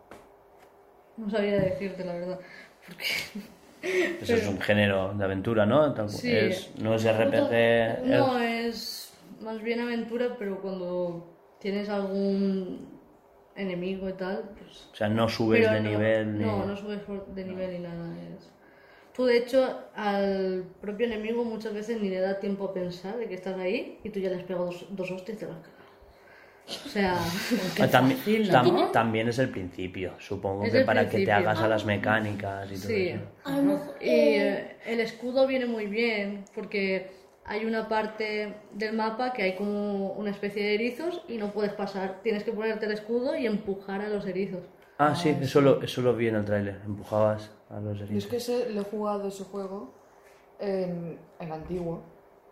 No sabría decirte la verdad. Porque. Eso es un género de aventura, ¿no? Tal- Sí. es- no es R P G. No, es- es más bien aventura, pero cuando tienes algún enemigo y tal, pues... O sea, no subes Pero de no, nivel ni... No, no subes por- de nivel ni nada. Es... Tú, de hecho, al propio enemigo muchas veces ni le da tiempo a pensar de que estás ahí y tú ya le has pegado dos, dos hostias y te lo has cagado. O sea... Qué Ah, también, fácil, ¿no? tam- también es el principio, supongo Es que el para que te principio. hagas a las mecánicas y todo Sí. eso. A lo mejor... Y eh, eh, el escudo viene muy bien porque hay una parte del mapa que hay como una especie de erizos y no puedes pasar. Tienes que ponerte el escudo y empujar a los erizos. Ah, sí, eso lo, eso lo vi en el tráiler. Empujabas a los Yo es erizos. que ese, lo he jugado ese juego en el antiguo.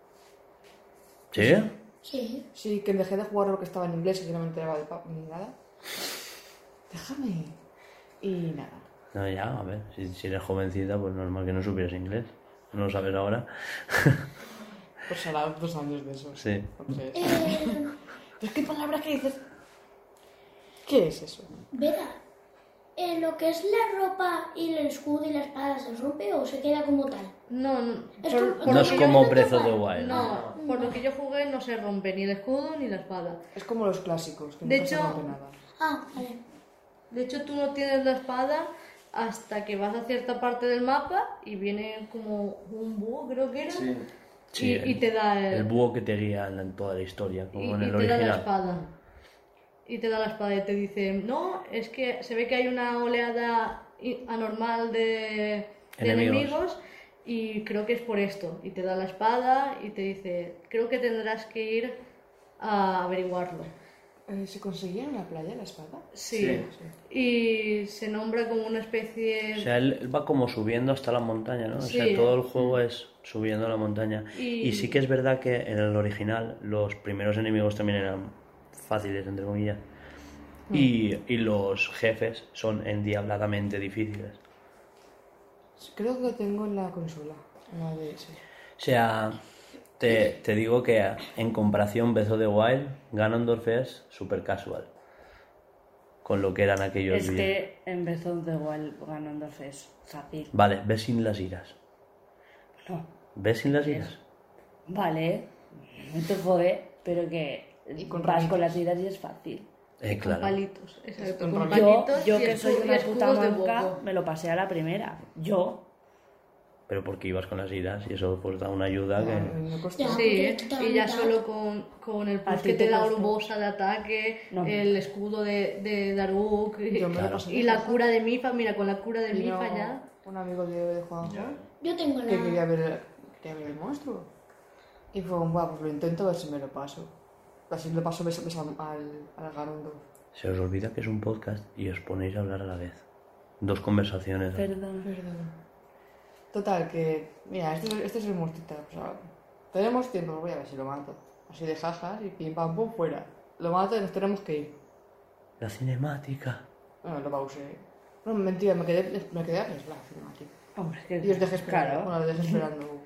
¿Sí? Sí. Sí, que dejé de jugarlo porque estaba en inglés y yo no me enteraba de pa- ni nada. Déjame. Y nada. No, ya, a ver, si, si eres jovencita, pues normal que no supieras inglés. No lo sabes ahora. Pues será dos años de eso. Sí. O tres. Eh, Pues qué palabra que dices. ¿Qué es eso? Vera, eh, ¿lo que es la ropa y el escudo y la espada se rompe o se queda como tal? No, no, Es por, como- por No lo es que yo- como yo- Breath of the Wild. No, por lo que yo jugué no se rompe ni el escudo ni la espada. Es como los clásicos, que De nunca se hecho- rompe nada. Ah, vale. De hecho, tú no tienes la espada hasta que vas a cierta parte del mapa y viene como un búho, creo que era, Sí. Sí, y, el- y te da el, El búho que te guía en toda la historia, como y, en y el te da la original. espada. Y te da la espada y te dice, no, es que se ve que hay una oleada i- anormal de, de Enemigos. enemigos. Y creo que es por esto. Y te da la espada y te dice, creo que tendrás que ir a averiguarlo. Eh, ¿Se conseguía en la playa la espada? Sí. Y se nombra como una especie... O sea, él, él va como subiendo hasta la montaña, ¿no? O sea, Sí. todo el juego es subiendo la montaña. Y- Y... sí que es verdad que en el original los primeros enemigos también eran fáciles, entre comillas. Y, y los jefes son endiabladamente difíciles. Creo que lo tengo en la consola, en la D S. O sea, te, te digo que en comparación Breath of the Wild, Ganondorf es super casual. Con lo que eran aquellos Es vídeos. que en Breath of the Wild Ganondorf es fácil. Vale, ves sin las iras. No, ¿Ves sin las iras? vale, no te jode, pero que Y con vas ramitas. con las tiras y es fácil. Eh, Con claro. palitos, exacto. Con Con ramitas. Yo, palitos yo y que escu- soy y una puta escudos de manca, boco. me lo pasé a la primera. Yo, Pero porque ibas con las iras y eso pues da una ayuda que... Ah, me costó. Ya. Sí, porque quita la y ya mitad. solo con, con el A plus ti que te, te da costó. Urbosa de ataque, No. el escudo de, de Daruk y, Yo me lo Claro. pasé y de la jaja. cura de Mifa. Mira, con la cura de Vino Mifa ya. un amigo de, de Juanjo Yo tengo que quería la... ver, quería ver el monstruo. Y fue un, "Buah, pues lo intento a ver si me lo paso". Así lo paso ves, ves al, al, al Ganondorf. Se os olvida que es un podcast y os ponéis a hablar a la vez. Dos conversaciones. perdón. Perdón. Total, que... Mira, este, es- este es el monstruito. O sea, tenemos tiempo, voy a ver si lo mato. Así de jajas y pim pam pum fuera. Lo mato y nos tenemos que ir. La cinemática. Bueno, lo pausé. No, mentira, me quedé, me quedé a ver la cinemática. Hombre, que Y os dejé esperando. Claro. Bueno, os dejé esperando.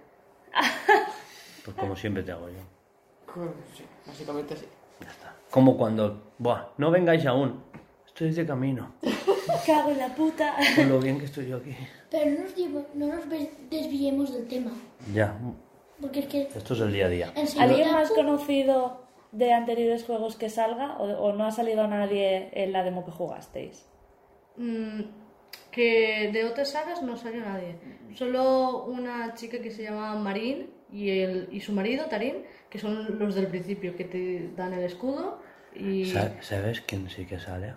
Pues como siempre te hago yo. Pues sí, básicamente sí. Ya está. Como cuando... Buah, no vengáis aún. Estoy de camino. cago en la puta. Con lo bien que estoy yo aquí. Pero no nos, llevo- no nos ve- desviemos del tema. Ya. Porque es que... Esto es el día a día. en ¿Alguien Señor más Taku- conocido de anteriores juegos que salga o, o no ha salido nadie en la demo que jugasteis? Mm, que de otras sagas no salió nadie. Solo una chica que se llama Marín y, el, y su marido, Tarín, que son los del principio, que te dan el escudo y... Sa- ¿Sabes quién sí que sale?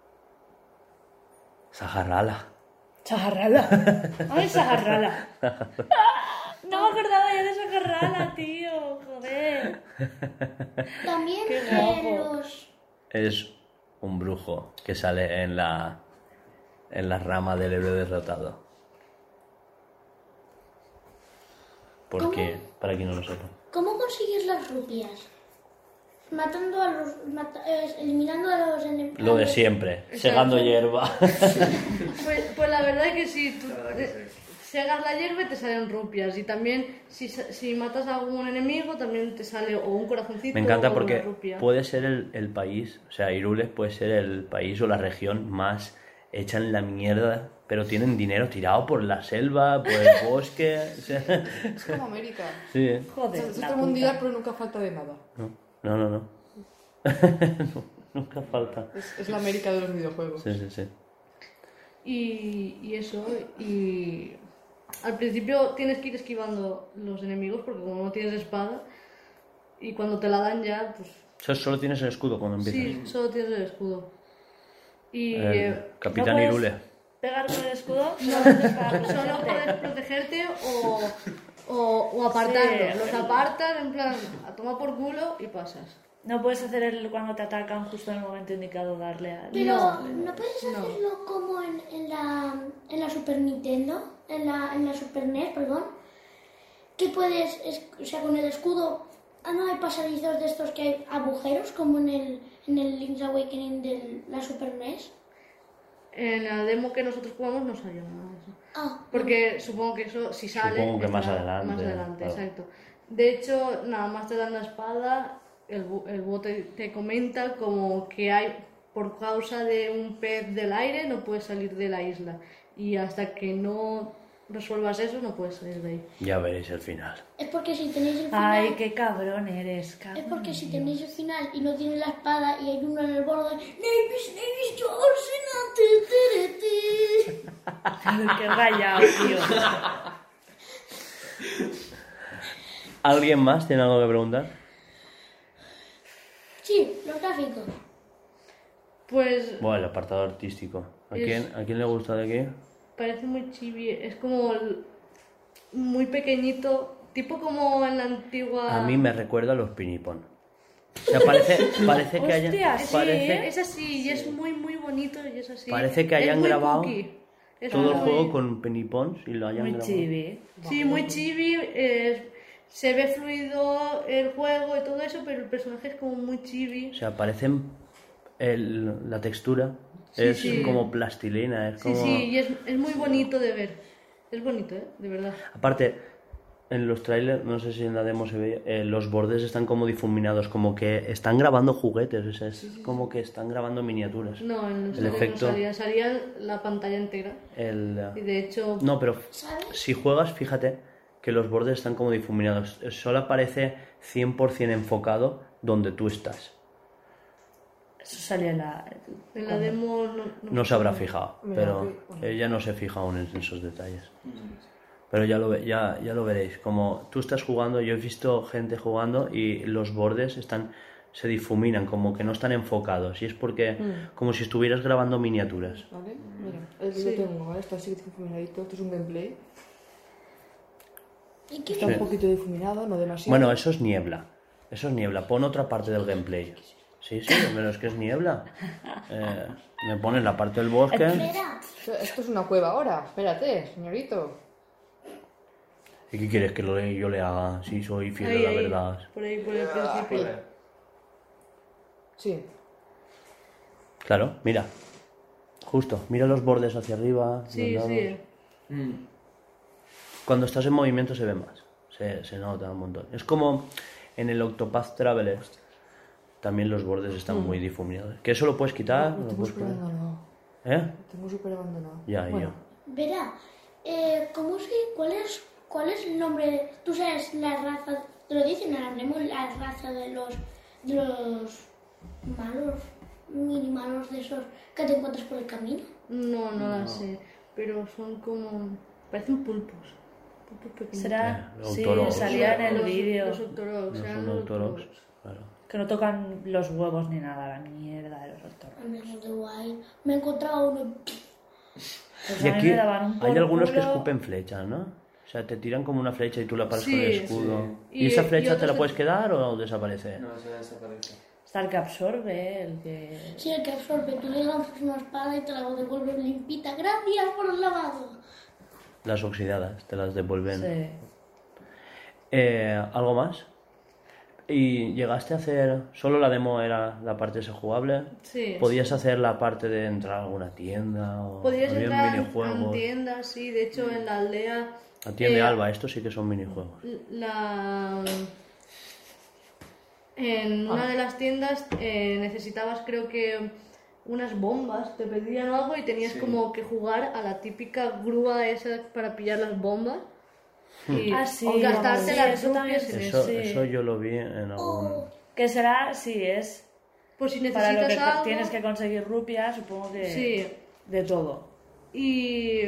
Saharrala. Saharrala. Ay, Saharrala. No me acordaba ya de Saharrala, tío. Joder. También Qué eh, guapo. los... Es un brujo que sale en la... En la rama del héroe derrotado. Porque, para quien no lo sepa. ¿Cómo consigues las rupias? Matando a los... mata- eh, eliminando a los enemigos... Lo de siempre. Exacto. Segando hierba. Pues, pues la verdad es que si tú La verdad que eh, segas la hierba te salen rupias y también si, sa- si matas a algún enemigo también te sale o un corazoncito Me encanta o porque una rupia. puede ser el, el país, o sea, Irules puede ser el país o la región más hecha en la mierda, pero tienen dinero tirado por la selva, por el bosque. O sea, Es como América. sí. Joder, Es la este puta. mundial, pero nunca falta de nada. No, no, no. no. No, nunca falta. Es, es la América de los videojuegos. Sí, sí, sí. Y, y eso, y al principio tienes que ir esquivando los enemigos porque como no tienes espada y cuando te la dan ya, pues O sea, solo tienes el escudo cuando empiezas. sí, solo tienes el escudo. Y El eh, Capitán ¿no puedes Irule. pegar con el escudo? Solamente para solo protegerte. puedes protegerte o, o, o apartarlos. Sí. Los apartas en plan a tomar por culo y pasas. No puedes hacer el cuando te atacan justo en el momento indicado darle al... Pero No. no, puedes No. hacerlo como en, en, la, en la Super Nintendo, en la, en la Super N E S, perdón, que puedes, es- o sea, con el escudo, ah, no hay pasadizos de estos que hay agujeros, como en el, en el Link's Awakening de la Super N E S. En la demo que nosotros jugamos no salió nada de eso. Ah, Porque supongo que eso, si sale. Supongo que más estará adelante, Más adelante, claro. exacto. De hecho, nada más te dan la espada el, bu- el búho te, te comenta como que hay, por causa de un pez del aire, no puedes salir de la isla. Y hasta que no resuelvas eso, no puedes salir de ahí. Ya veréis el final. Es porque si tenéis el final... Ay, qué cabrón eres, Es cabrón. porque si tenéis el final y no tienes la espada y hay uno en el borde... Navis, Navis, George, no, Qué rayado, tío. ¿Alguien más tiene algo que preguntar? Sí, los gráficos. Pues Bueno, el apartado artístico. ¿A Es- quién, ¿A quién le gusta de aquí? parece muy chibi, es como el- muy pequeñito, tipo como en la antigua... A mí me recuerda a los pinipón. O sea, parece, parece que hayan... Hostia, sí, parece Es así, y es muy muy bonito y es así. Parece que Es hayan muy grabado cookie. Es todo el muy- juego con pinipons y lo hayan Muy grabado. chibi. Sí, muy chibi, eh, se ve fluido el juego y todo eso, pero el personaje es como muy chibi. O sea, parecen... el- la textura Sí, es sí. como plastilina, es Sí, como... sí, y es, es muy bonito de ver. Es bonito, ¿eh? De verdad. Aparte, en los trailers, no sé si en la demo se ve, eh, los bordes están como difuminados, como que están grabando juguetes, o sea, es como que están grabando miniaturas. No, en los El trailers efecto- no salía, salía la pantalla entera. El, Y de hecho, no, pero ¿Sabes? si juegas, fíjate que los bordes están como difuminados. Solo aparece cien por ciento enfocado donde tú estás. Eso salía en la... en la demo no, No se habrá fijado, Mira, pero aquí, bueno. ella no se fija aún en esos detalles. Pero ya lo, ve- ya, ya lo veréis. Como tú estás jugando, yo he visto gente jugando y los bordes están se difuminan, como que no están enfocados. Y es porque, como si estuvieras grabando miniaturas. ¿Vale? Mira, el Sí. lo tengo, ¿vale? Está así difuminadito. Esto es un gameplay. ¿Y qué? Está Sí. un poquito difuminado, no demasiado. Bueno, eso es niebla. Eso es niebla. Pon otra parte del gameplay. Sí, sí, pero es que es niebla. Eh, me pones la parte del bosque. Espera. Esto, esto es una cueva ahora. Espérate, señorito. ¿Y qué quieres que lo le- yo le haga? Si soy fiel ahí, a la ahí, verdad. por ahí, por el principio. Sí. Claro, mira. Justo, mira los bordes hacia arriba. Sí, los lados. sí. Mm. Cuando estás en movimiento se ve más. Se, se nota un montón. Es como en el Octopath Traveler. También los bordes están muy difuminados. Que eso lo puedes quitar. Lo lo tengo puedes súper poner. abandonado. ¿Eh? Lo tengo súper abandonado. Ya, y bueno, yo. Verá, eh, ¿cómo es que, cuál es, cuál es el nombre? ¿Tú sabes la raza? Te lo dicen, hablemos la raza de los, de los malos, mini malos de esos que te encuentras por el camino. No, no la sé. Pero son como. Parecen pulpos. Pulpos pequeños. Será... Eh, Sí, Autorogs. salía en el Los- vídeo. Los Octoroks, No eran son los Autorogs. Octoroks. Claro. Que no tocan los huevos ni nada, la mierda de los doctores. Al menos de guay. Me he encontrado uno. Pues Y a mí aquí me daban un hay por algunos que culo. escupen flechas, ¿no? O sea, te tiran como una flecha y tú la paras Sí, con el escudo. sí. ¿Y, Y- esa y flecha te otros la de- puedes quedar o desaparece? No, eso desaparece. Está el que absorbe, el que... Sí, el que absorbe. Tú le lanzas una espada y te la devuelve limpita. Gracias por el lavado. Las oxidadas te las devuelven. Sí. Eh, ¿Algo más? ¿Y llegaste a hacer... Solo la demo era la parte esa jugable? Sí. ¿Podías hacer la parte de entrar a alguna tienda? O Podías había entrar en minijuegos? tiendas, sí. De hecho, en la aldea. La tienda eh, Alba, estos sí que son minijuegos. La... En una de las tiendas eh, necesitabas, creo que, unas bombas, te pedían algo y tenías Sí. como que jugar a la típica grúa esa para pillar las bombas. Y Ah, sí, o gastarte sí, las eso también rupias en Eso, sí. eso yo lo vi en algún... Que será, sí, es... Por si Para lo necesitas que algo. tienes que conseguir rupias, supongo que... Sí. De todo. Y,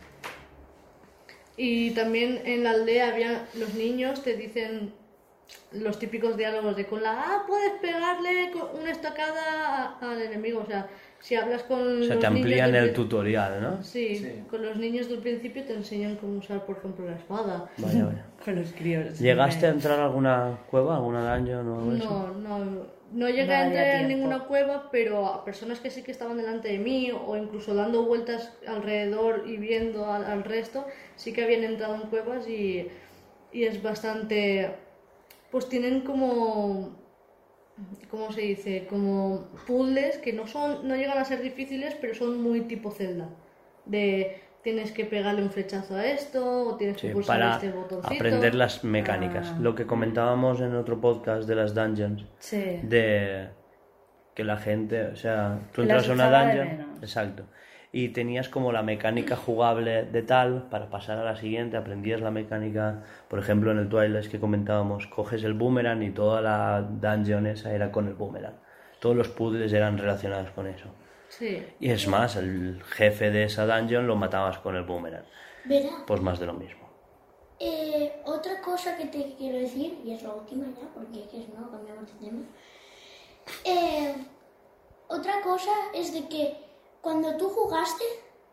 y también en la aldea había los niños te dicen los típicos diálogos de con la A puedes pegarle con una estacada a- al enemigo. O sea, si hablas con O sea, los te niños amplían del el pri- tutorial, ¿no? Sí, Sí. con los niños del principio te enseñan cómo usar, por ejemplo, la espada. Vaya, vaya. Con los críos. ¿Llegaste a Me- entrar a alguna cueva, alguna dungeon o algo de eso? No, no, no llegué No a había entrar en tiempo. ninguna cueva, pero a personas que sí que estaban delante de mí o incluso dando vueltas alrededor y viendo al, al resto, sí que habían entrado en cuevas y, y es bastante... Pues tienen como... ¿Cómo se dice? Como puzzles que no son, no llegan a ser difíciles, pero son muy tipo Zelda. De tienes que pegarle un flechazo a esto, o tienes que Sí, pulsar para este botoncito. aprender las mecánicas. Ah. Lo que comentábamos en otro podcast de las dungeons, Sí. de que la gente, o sea, tú Que las entras a una echaba de dungeon, menos. exacto, y tenías como la mecánica jugable de tal para pasar a la siguiente, aprendías la mecánica, por ejemplo, en el Twilight que comentábamos, coges el boomerang y toda la dungeon esa era con el boomerang. Todos los puzzles eran relacionados con eso. Sí. Y es más, el jefe de esa dungeon lo matabas con el boomerang. Verá, Pues más de lo mismo. eh, otra cosa que te quiero decir, y es la última ya, porque es que si no cambiamos de tema. Eh, otra cosa es de que cuando tú jugaste,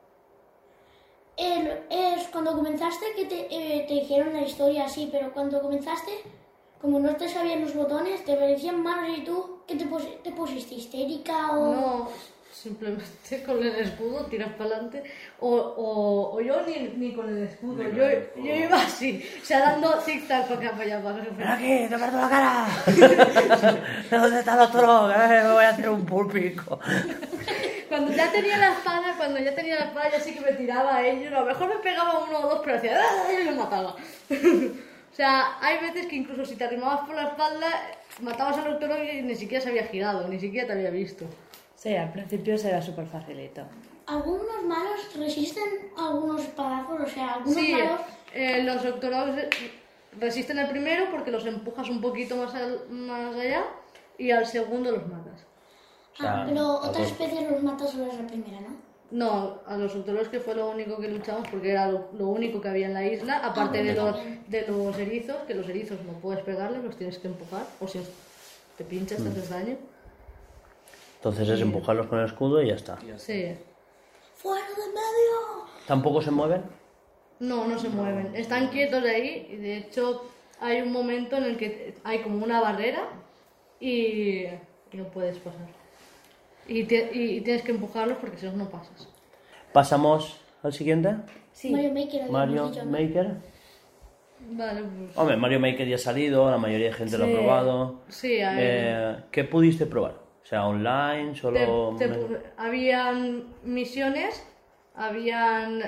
el- es cuando comenzaste que te, eh, te dijeron la historia así, pero cuando comenzaste, como no te sabían los botones, te parecían malos y tú, ¿qué te, pus- te pusiste? ¿Histérica o...? No, simplemente con el escudo tiras para adelante. O, o, o yo ni, ni con el escudo. Ni con Yo, el escudo. yo iba así, o sea, dando tic-tac para acá, para allá, para acá. ¡Ven aquí, te parto la cara! ¿Dónde está el otro? Me voy a hacer un púlpico. Cuando ya tenía la espada, cuando ya tenía la espada, ya sí que me tiraba a ellos. A lo mejor me pegaba uno o dos, pero hacía ¡ah! Y los mataba. O sea, hay veces que incluso si te arrimabas por la espalda, matabas al doctor y ni siquiera se había girado, ni siquiera te había visto. Sí, al principio será súper facilito. Algunos malos resisten algunos espadazos, o sea, algunos Sí, malos... eh, los doctorales resisten el primero porque los empujas un poquito más, al- más allá y al segundo los matas. O sea, ah, pero otras algo- especies los matas solo es la primera, ¿no? No, a los doctorales que fue lo único que luchamos porque era lo, lo único que había en la isla, aparte Ah, de, los, también. de los erizos, que los erizos no puedes pegarles, los tienes que empujar, o si te pinchas te haces daño. Entonces es empujarlos con el escudo y ya está. Sí. ¡Fuera de medio! ¿Tampoco se mueven? No, no se mueven. Están quietos ahí y de hecho hay un momento en el que hay como una barrera y, y no puedes pasar. Y, te- y tienes que empujarlos porque si no, no pasas. ¿Pasamos al siguiente? Sí. Mario Maker, habíamos Mario dicho, ¿no? Maker. Vale, pues... Hombre, Mario Maker ya ha salido, la mayoría de gente lo ha Sí. probado. Sí, a ver. Eh, ¿Qué pudiste probar? O sea, online, Te- solo... te pu- habían misiones, habían...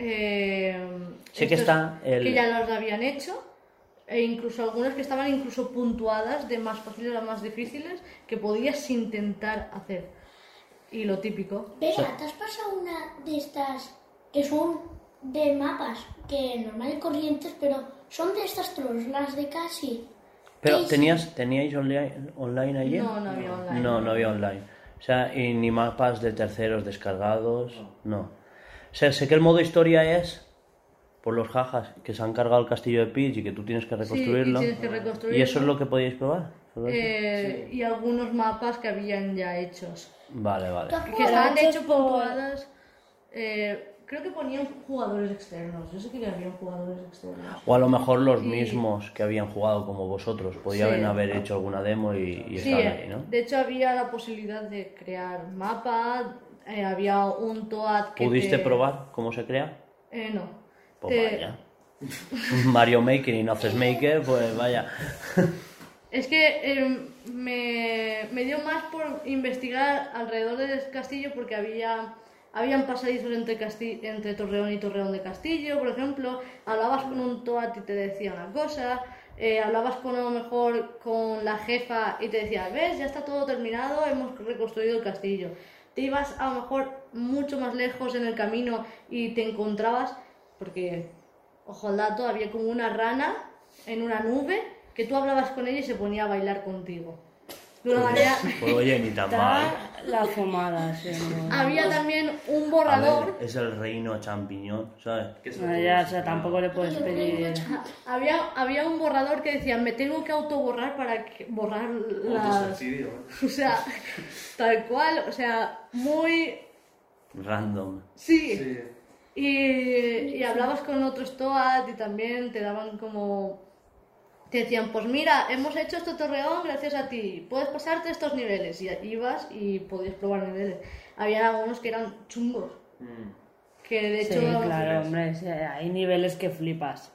eh, Sé que estos está el- que ya los habían hecho, e incluso algunas que estaban incluso puntuadas de más fáciles a más difíciles que podías intentar hacer. Y lo típico. Vera, ¿te has pasado una de estas que son de mapas, que normal y corrientes, pero son de estas trolls, las de casi? Pero Sí, tenías, ¿teníais online, online ayer? No, no había online. No, no había online. O sea, y ni mapas de terceros descargados, no. O sea, sé que el modo historia es por los jajas que se han cargado el castillo de Peach y que tú tienes que reconstruirlo. Sí, y tienes que reconstruirlo. ¿Y eso es lo que podíais probar? ¿Solo eso? Eh, Y algunos mapas que habían ya hechos. Vale, vale. ¿Tú has Que jugado? estaban de hechos hecho por- puntuadas. eh, creo que ponían jugadores externos. Yo sé que habían jugadores externos. O a lo mejor los Y- mismos que habían jugado como vosotros. Podían Sí. haber hecho alguna demo y, y Sí, estaban ahí, ¿no? de hecho había la posibilidad de crear mapa. eh, había un Toad que. ¿Pudiste te- probar cómo se crea? Eh, no. Pues Te- vaya. Mario Maker y no haces Maker, pues vaya. Es que eh, me, me dio más por investigar alrededor del castillo porque había habían pasadizos entre, casti- entre Torreón y Torreón de Castillo, por ejemplo. Hablabas con un Toad y te decía una cosa. eh, hablabas con a lo mejor con la jefa y te decía, ves, ya está todo terminado, hemos reconstruido el castillo. Te ibas a lo mejor mucho más lejos en el camino y te encontrabas, porque, ojo al dato, había como una rana en una nube que tú hablabas con ella y se ponía a bailar contigo. De una manera... Pues oye, ni tan mal. Está la fumada, sí. no. Había también un A borrador, ver, es el reino champiñón, ¿sabes? Que es No, ya, o sea, tampoco le puedes pedir... había, había un borrador que decía, me tengo que autoborrar para que- borrar las... Autosuicidio, ¿eh? O sea, tal cual, o sea, muy... Random. Sí. Sí. Y, y hablabas con otros Toad y también te daban como... Te decían, pues mira, hemos hecho este torreón gracias a ti, puedes pasarte estos niveles. Y ibas y podías probar niveles. Había algunos que eran chungos, Mm. que de Sí, hecho... claro, hombre, sí, hay niveles que flipas.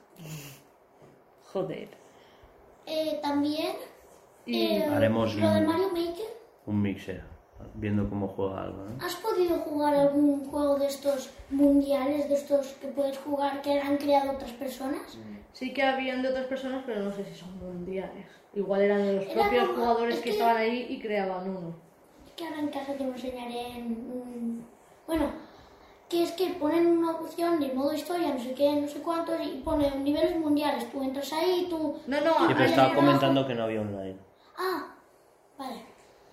Joder. Eh, también, Y eh, Haremos lo de un- Mario Maker, Un mixer. viendo cómo juega algo, ¿no? ¿Has podido jugar algún juego de estos mundiales, de estos que puedes jugar que han creado otras personas? Sí que habían de otras personas, pero no sé si son mundiales. Igual eran de los Era propios como- jugadores es que que- estaban ahí y creaban uno. Es que ahora en casa te lo enseñaré en un... Bueno, que es que ponen una opción de modo historia, no sé qué, no sé cuántos, y ponen niveles mundiales. Tú entras ahí y tú... No, no, Sí, pero ahí estaba abajo- comentando que no había online. Ah, vale.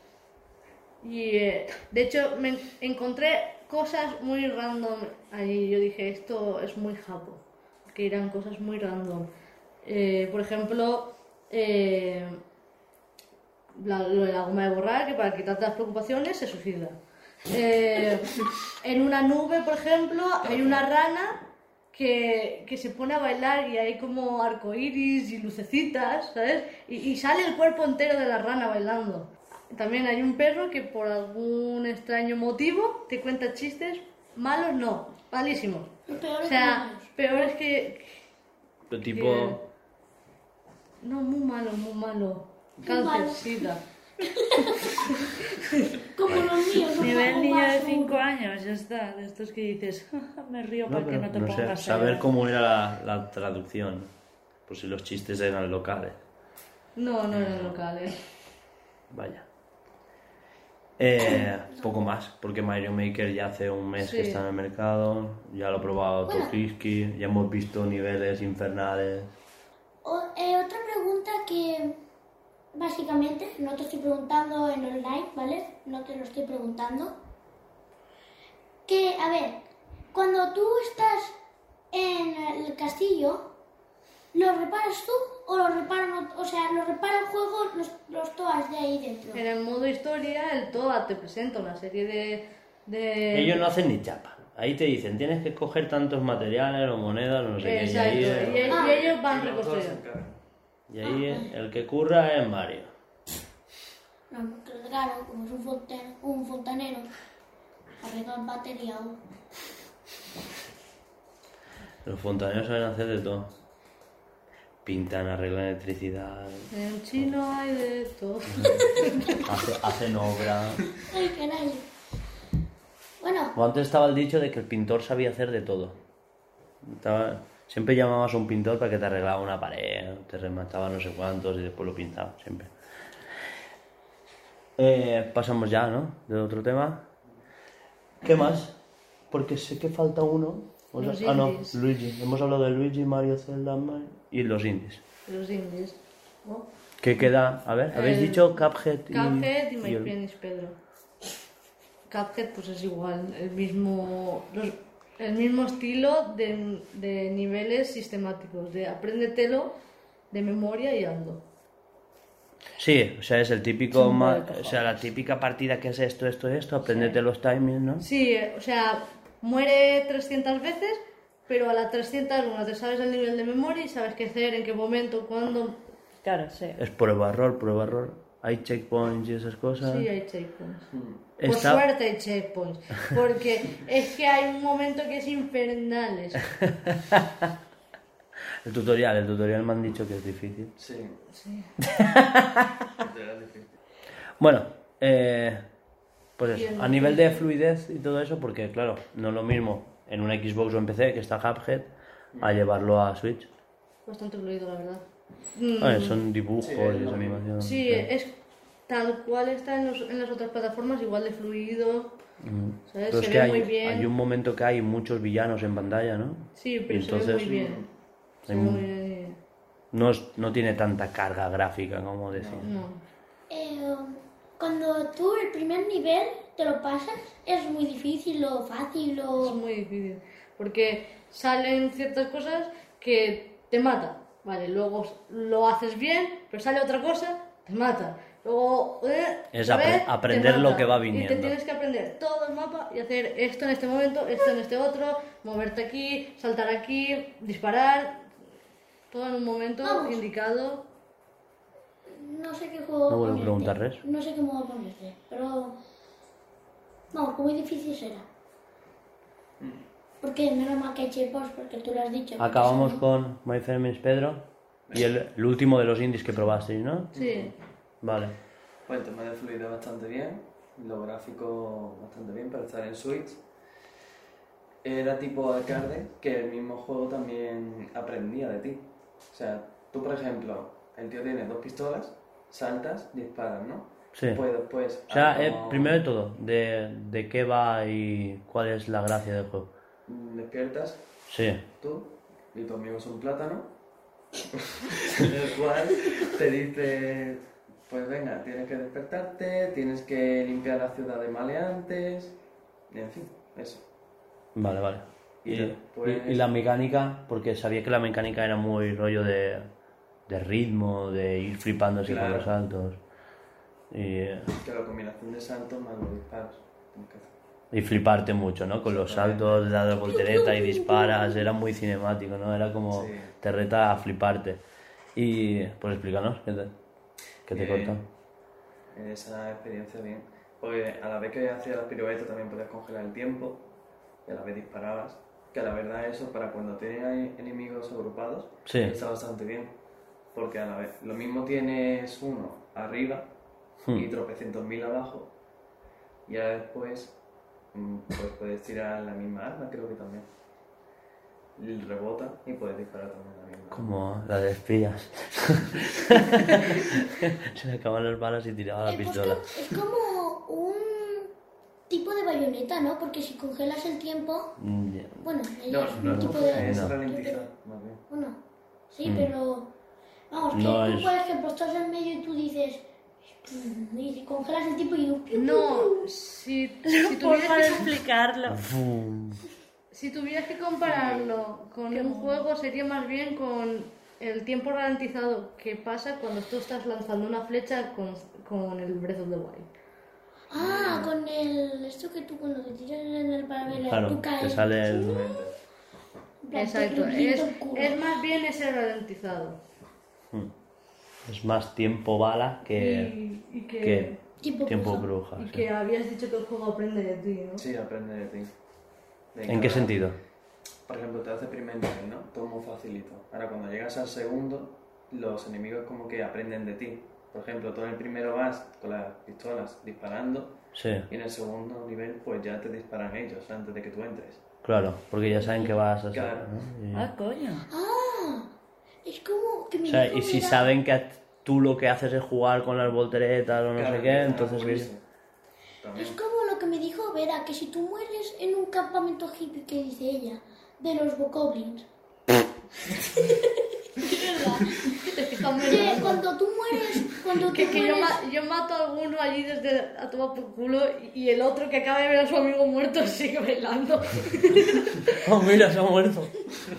Y eh, de hecho me en- encontré cosas muy random allí. Yo dije, esto es muy japo, que eran cosas muy random. Eh, por ejemplo, eh, la, lo de la goma de borrar, que para quitarte las preocupaciones se suicida. Eh, en una nube, por ejemplo, hay una rana que, que se pone a bailar y hay como arcoiris y lucecitas, ¿sabes? Y, y sale el cuerpo entero de la rana bailando. También hay un perro que por algún extraño motivo te cuenta chistes malos, no, malísimos. Los peores O sea, malos. peores que... Pero tipo... que- No, muy malo, muy malo. Cáncer, malo. sida. Como los míos. no Nivel juego niño de más, cinco seguro. años, ya está. De estos que dices, me río No, para que pero no te no sé, pongas saber a- cómo era la, la traducción. Por si los chistes eran locales. No, no eran locales. Vaya. Eh, poco más, porque Mario Maker ya hace un mes que Sí. está en el mercado, ya lo ha probado Bueno. Tokiski, ya hemos visto niveles infernales. O- eh, otra pregunta que básicamente no te estoy preguntando en online, ¿vale? No te lo estoy preguntando. Que, a ver, cuando tú estás en el castillo, ¿lo reparas tú o lo reparan, ot- o sea, lo repara el juego los, los toas de ahí dentro? En el modo historia, el T O A te presenta una serie de... de... Ellos no hacen ni chapa. Ahí te dicen, tienes que coger tantos materiales o monedas o no sé qué. Y Exacto, ahí, y, eh, Ah. y ellos van Y los dos se reconstruyendo. encargan. y ahí eh, el que curra es Mario. No, porque claro, como es un, fonte- un fontanero, arregla batería. Los fontaneros saben hacer de todo. Pintan, arreglan electricidad, En chino hay de todo. hace- hacen obra. Ay, qué nadie. Bueno, O antes estaba el dicho de que el pintor sabía hacer de todo. Estaba- Siempre llamabas a un pintor para que te arreglaba una pared, te remataba no sé cuántos y después lo pintaba, siempre. Eh, pasamos ya, ¿no? De otro tema. ¿Qué más? Porque sé que falta uno. O sea- Los ah, no, indies. Luigi. Hemos hablado de Luigi, Mario, Zelda Mario, y los indies. Los indies. ¿no? ¿Qué queda? A ver, habéis El dicho Cuphead y... Cuphead y My y el- Friend is Pedro. Cuphead pues es igual, el mismo, los- el mismo estilo de, de niveles sistemáticos, de apréndetelo de memoria y hazlo. Sí, o sea, es el típico... Son ma- muy O sea, la típica partida que es esto, esto, esto, apréndete los timings, ¿no? Sí, eh, o sea, muere trescientas veces, pero a las trescientas una te sabes el nivel de memoria y sabes qué hacer, en qué momento, cuándo. Claro, sí. Es prueba error, prueba error. Hay checkpoints y esas cosas. Sí, hay checkpoints. Por Está- suerte hay checkpoints, porque es que hay un momento que es infernal. eso. El tutorial, el tutorial me han dicho que es difícil. Sí, Sí. era difícil. Bueno, eh, pues Y eso, el- a nivel de fluidez y todo eso, porque claro, no es lo mismo en una Xbox o en P C que está Cuphead a llevarlo a Switch. Bastante fluido, la verdad. A ver, son dibujos Sí, y no. esa animación. Sí, es tal cual está en, los- en las otras plataformas, igual de fluido. Mm. ¿Sabes? Pero es Se que ve hay, muy bien. hay un momento que hay muchos villanos en pantalla, ¿no? Sí, pero Y se ve entonces, muy bien. Se hay ve un- muy bien. No, es- no tiene tanta carga gráfica, como decir. No. eh, cuando tú el primer nivel te lo pasas, es muy difícil o fácil Es o... muy difícil. Porque salen ciertas cosas que te matan. Vale, luego lo haces bien, pero sale otra cosa, te mata. Luego, eh, Es otra apre- vez, te aprender lo mata. que va Y viniendo. te tienes que aprender todo el mapa y hacer esto en este momento, esto en este otro, moverte aquí, saltar aquí, disparar. Todo en un momento Vamos. indicado. No sé qué juego No vuelvo a ponerte. preguntar, Res. No sé qué modo ponerte, pero... Vamos, que muy difícil será. Porque menos mal que hay checkpoints, porque tú lo has dicho. porque Acabamos son- con My Friend is Pedro y el, el último de los indies que probasteis, ¿no? Sí. Vale. Pues el tema de fluidez bastante bien. Los gráficos bastante bien para estar en Switch. Era tipo arcade, que el mismo juego también aprendía de ti. O sea, tú por ejemplo, el tío tiene dos pistolas, saltas, disparas, ¿no? Sí. Pues después... O sea, algo- eh, primero de todo, de, de qué va y cuál es la gracia del juego. Despiertas Sí. tú y tu amigo es un plátano, en el cual te dice, pues venga, tienes que despertarte, tienes que limpiar la ciudad de maleantes, y en fin, eso. Vale, vale. Y Y, después- y- y la mecánica, porque sabía que la mecánica era muy rollo de, de ritmo, de ir flipando así con Claro. los saltos. Y, Que la combinación de saltos más los disparos. tienes que hacer. y fliparte mucho, ¿no? Con los saltos, dar la voltereta y disparas, era muy cinemático, ¿no? Era como Sí. te reta a fliparte. Y pues explícanos, ¿qué te, qué te Bien. corta? Esa experiencia bien. Porque a la vez que hacías las piruetas también podías congelar el tiempo y a la vez disparabas. Que la verdad eso para cuando tienes enemigos agrupados Sí. está bastante bien. Porque a la vez lo mismo tienes uno arriba y Hmm. tropecientos mil abajo. Y ya después mm, pues puedes tirar la misma arma, creo que también. Y rebota y puedes disparar también la misma arma. Como la de espías. Se le acaban las balas y tiraba la Eh, pues pistola. co- es como un tipo de bayoneta, ¿no? Porque si congelas el tiempo, Mm, ya. bueno, No, es no, un no, tipo de... es no. ralentizar, más bien. Bueno, sí, Mm. pero... Vamos, que No tú, es- por ejemplo, estás en medio y tú dices... Y congelas el tiempo y... yo, No, si, si, tuvieras Porfa de que, explicarlo. Fum. si tuvieras que compararlo con un juego, sería más bien con el tiempo ralentizado que pasa cuando tú estás lanzando una flecha con, con el Breath of the Wild. Ah, con el... Esto que tú cuando te tiras en el paralelo, Claro, tú caes... te sale el... en plan, te Exacto, revienta es, el culo. es más bien ese ralentizado. Es más tiempo bala que, Y, y que, que Tipo tiempo bruja. bruja. y sí. que habías dicho que el juego aprende de ti, ¿no? Sí, aprende de ti. De ¿En qué cada- sentido? Por ejemplo, te hace primer nivel, ¿no? Todo muy facilito. Ahora, cuando llegas al segundo, los enemigos como que aprenden de ti. Por ejemplo, tú en el primero vas con las pistolas disparando Sí, y en el segundo nivel pues ya te disparan ellos antes de que tú entres. claro, porque ya saben que vas a hacer. Claro. ¿no? Y- Ah, coño. Ah, es como que mi O sea, hijo y si era- saben que a- tú lo que haces es jugar con las volteretas o no Claro, sé qué, empiezan a entonces pulirse. ves- También. Es como lo que me dijo Vera, que si tú mueres en un campamento hippie, que dice ella, de los bokoblins. Es verdad. Es que están Que mirando. cuando tú mueres, cuando tú Que, que yo, mueres... ma- yo mato a alguno allí desde a tomar por culo y, y el otro que acaba de ver a su amigo muerto sigue bailando. ¡Oh, mira, se ha muerto!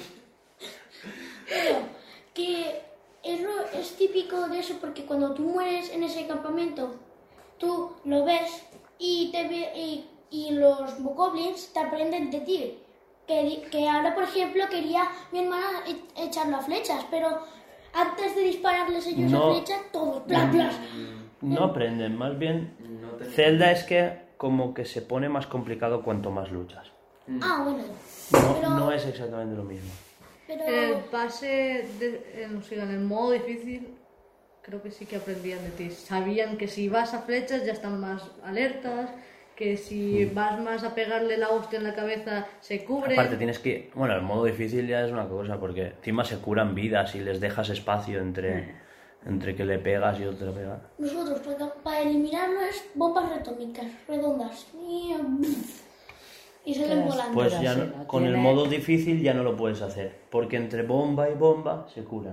Pero que es, lo- es típico de eso porque cuando tú mueres en ese campamento, tú lo ves y, te ve- y, y los bokoblins te aprenden de ti. Que, di- que ahora, por ejemplo, quería mi hermana e- echar las flechas, pero antes de dispararles ellos No. a flechas, todos, plan, plan. No aprenden, más bien No te- Zelda es que como que se pone más complicado cuanto más luchas. Ah, bueno. No, Pero- no es exactamente lo mismo. Pero... En el pase, de, en, o sea, en el modo difícil, creo que sí que aprendían de ti. Sabían que si vas a flechas ya están más alertas, que si vas más a pegarle la hostia en la cabeza se cubre. Aparte tienes que... Bueno, el modo difícil ya es una cosa, porque encima se curan vidas y les dejas espacio entre, entre que le pegas y otro le pega. Nosotros, para, para eliminarlo, es bombas atómicas, redondas. Y, y salen Claro. volando. Pues Pero ya si no- no con el tiene- modo difícil ya no lo puedes hacer, porque entre bomba y bomba se curan.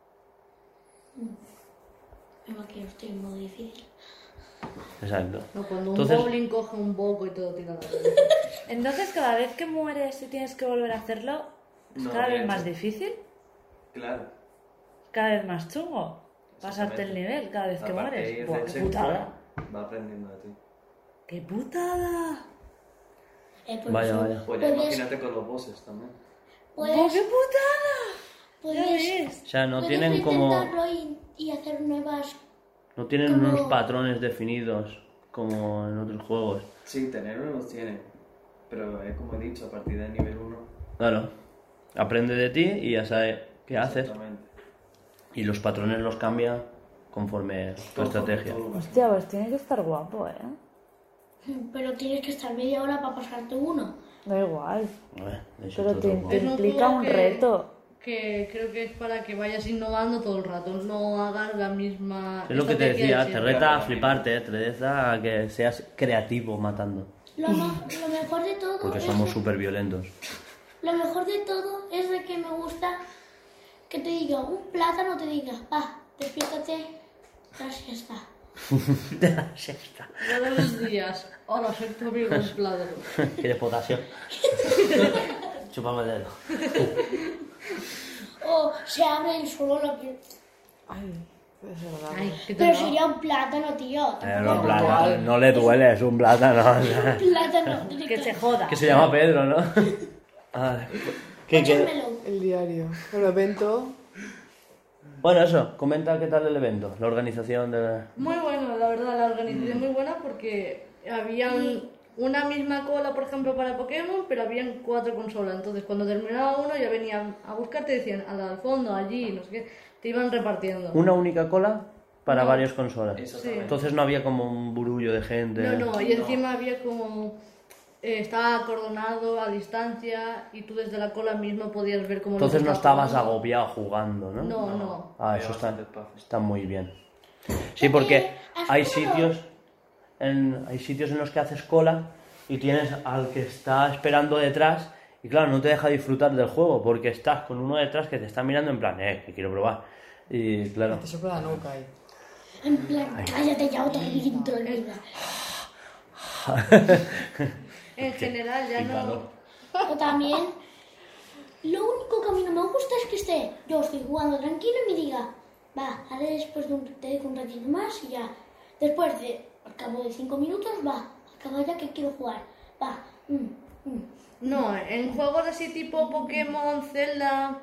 Venga, que yo estoy en modo difícil. Exacto. No, cuando un Entonces- goblin coge un boco y todo tira la cabeza. Entonces, cada vez que mueres y tienes que volver a hacerlo, ¿es No, cada vez ya más está. difícil? Claro. ¿Cada vez más chungo? Pasarte el Exactamente. nivel cada vez que Aparte, mueres. ir Buah, de qué sector, putada. va aprendiendo de ti. ¡Qué putada! Eh, por Vaya, eso vaya. Pues ya Puedes- imagínate con los bosses también. Puedes, ¡Buah, qué putada! Ya puedes, ves. O sea, no puedes tienen como... intentarlo y, y hacer nuevas... No tienen como- unos patrones definidos como en otros juegos. Sí, tenerlos los tienen. Pero es como he dicho, a partir del nivel uno. Claro. Aprende de ti y ya sabe qué haces. Exactamente. Y los patrones los cambia conforme tu Todo- estrategia. todo lo que- Hostia, pues tiene que estar guapo, ¿eh? Pero tienes que estar media hora para pasarte uno. Da igual. Eh, eso Pero es te, otro te Es un implica juego un que- reto. Que creo que es para que vayas innovando todo el rato, no hagas la misma. Es lo que te estrategia de decía, te siempre. reta a fliparte, te reta a que seas creativo matando. Lo, mo- lo mejor de todo Porque es somos de- súper violentos. Lo mejor de todo es de que me gusta que te diga un plátano, te diga, va, despiértate, ya está. Sexta. Todos los días. Hola, soy tu amigo el plátano. ¿Quieres potasio? Chúpame el dedo. O se abre el suelo la piel. Ay, es verdad. Ay, qué Pero te sería un plátano, tío. Eh, no, plátano, no le duele, es un plátano. o sea, Un plátano. Que se joda. que se llama Pedro, ¿no? Ay, ¿qué, qué? Échamelo. El diario. El evento. Bueno, eso, comenta qué tal el evento, la organización de... Muy bueno, la verdad, la organización muy buena porque habían una misma cola, por ejemplo, para Pokémon, pero habían cuatro consolas. Entonces, cuando terminaba uno, ya venían a buscarte y decían, al, al fondo, allí, no sé qué, te iban repartiendo. Una única cola para No. varias consolas. Exactamente. Entonces no había como un burullo de gente. No, no, y encima había como... eh, estaba acordonado a distancia y tú desde la cola mismo podías ver cómo... Entonces los no estaba estabas jugando. agobiado jugando, ¿no? No, no. Ah, Había eso está, bastante espacio. está muy bien. Sí, porque ¿has hay jugado? sitios, en, hay sitios en los que haces cola y tienes al que está esperando detrás y claro, no te deja disfrutar del juego porque estás con uno detrás que te está mirando en plan, eh, que quiero probar. Y claro, Te sopla la nuca ahí. En plan, cállate ya, otra reviento el vida. En general ya no... O también, lo único que a mí no me gusta es que esté, yo estoy jugando tranquilo y me diga, va, haré después de un, te dejo un ratito más y ya. Después de, al cabo de cinco minutos, va, acaba ya que quiero jugar. Va, mm, mm. No, en juegos así tipo Pokémon, Zelda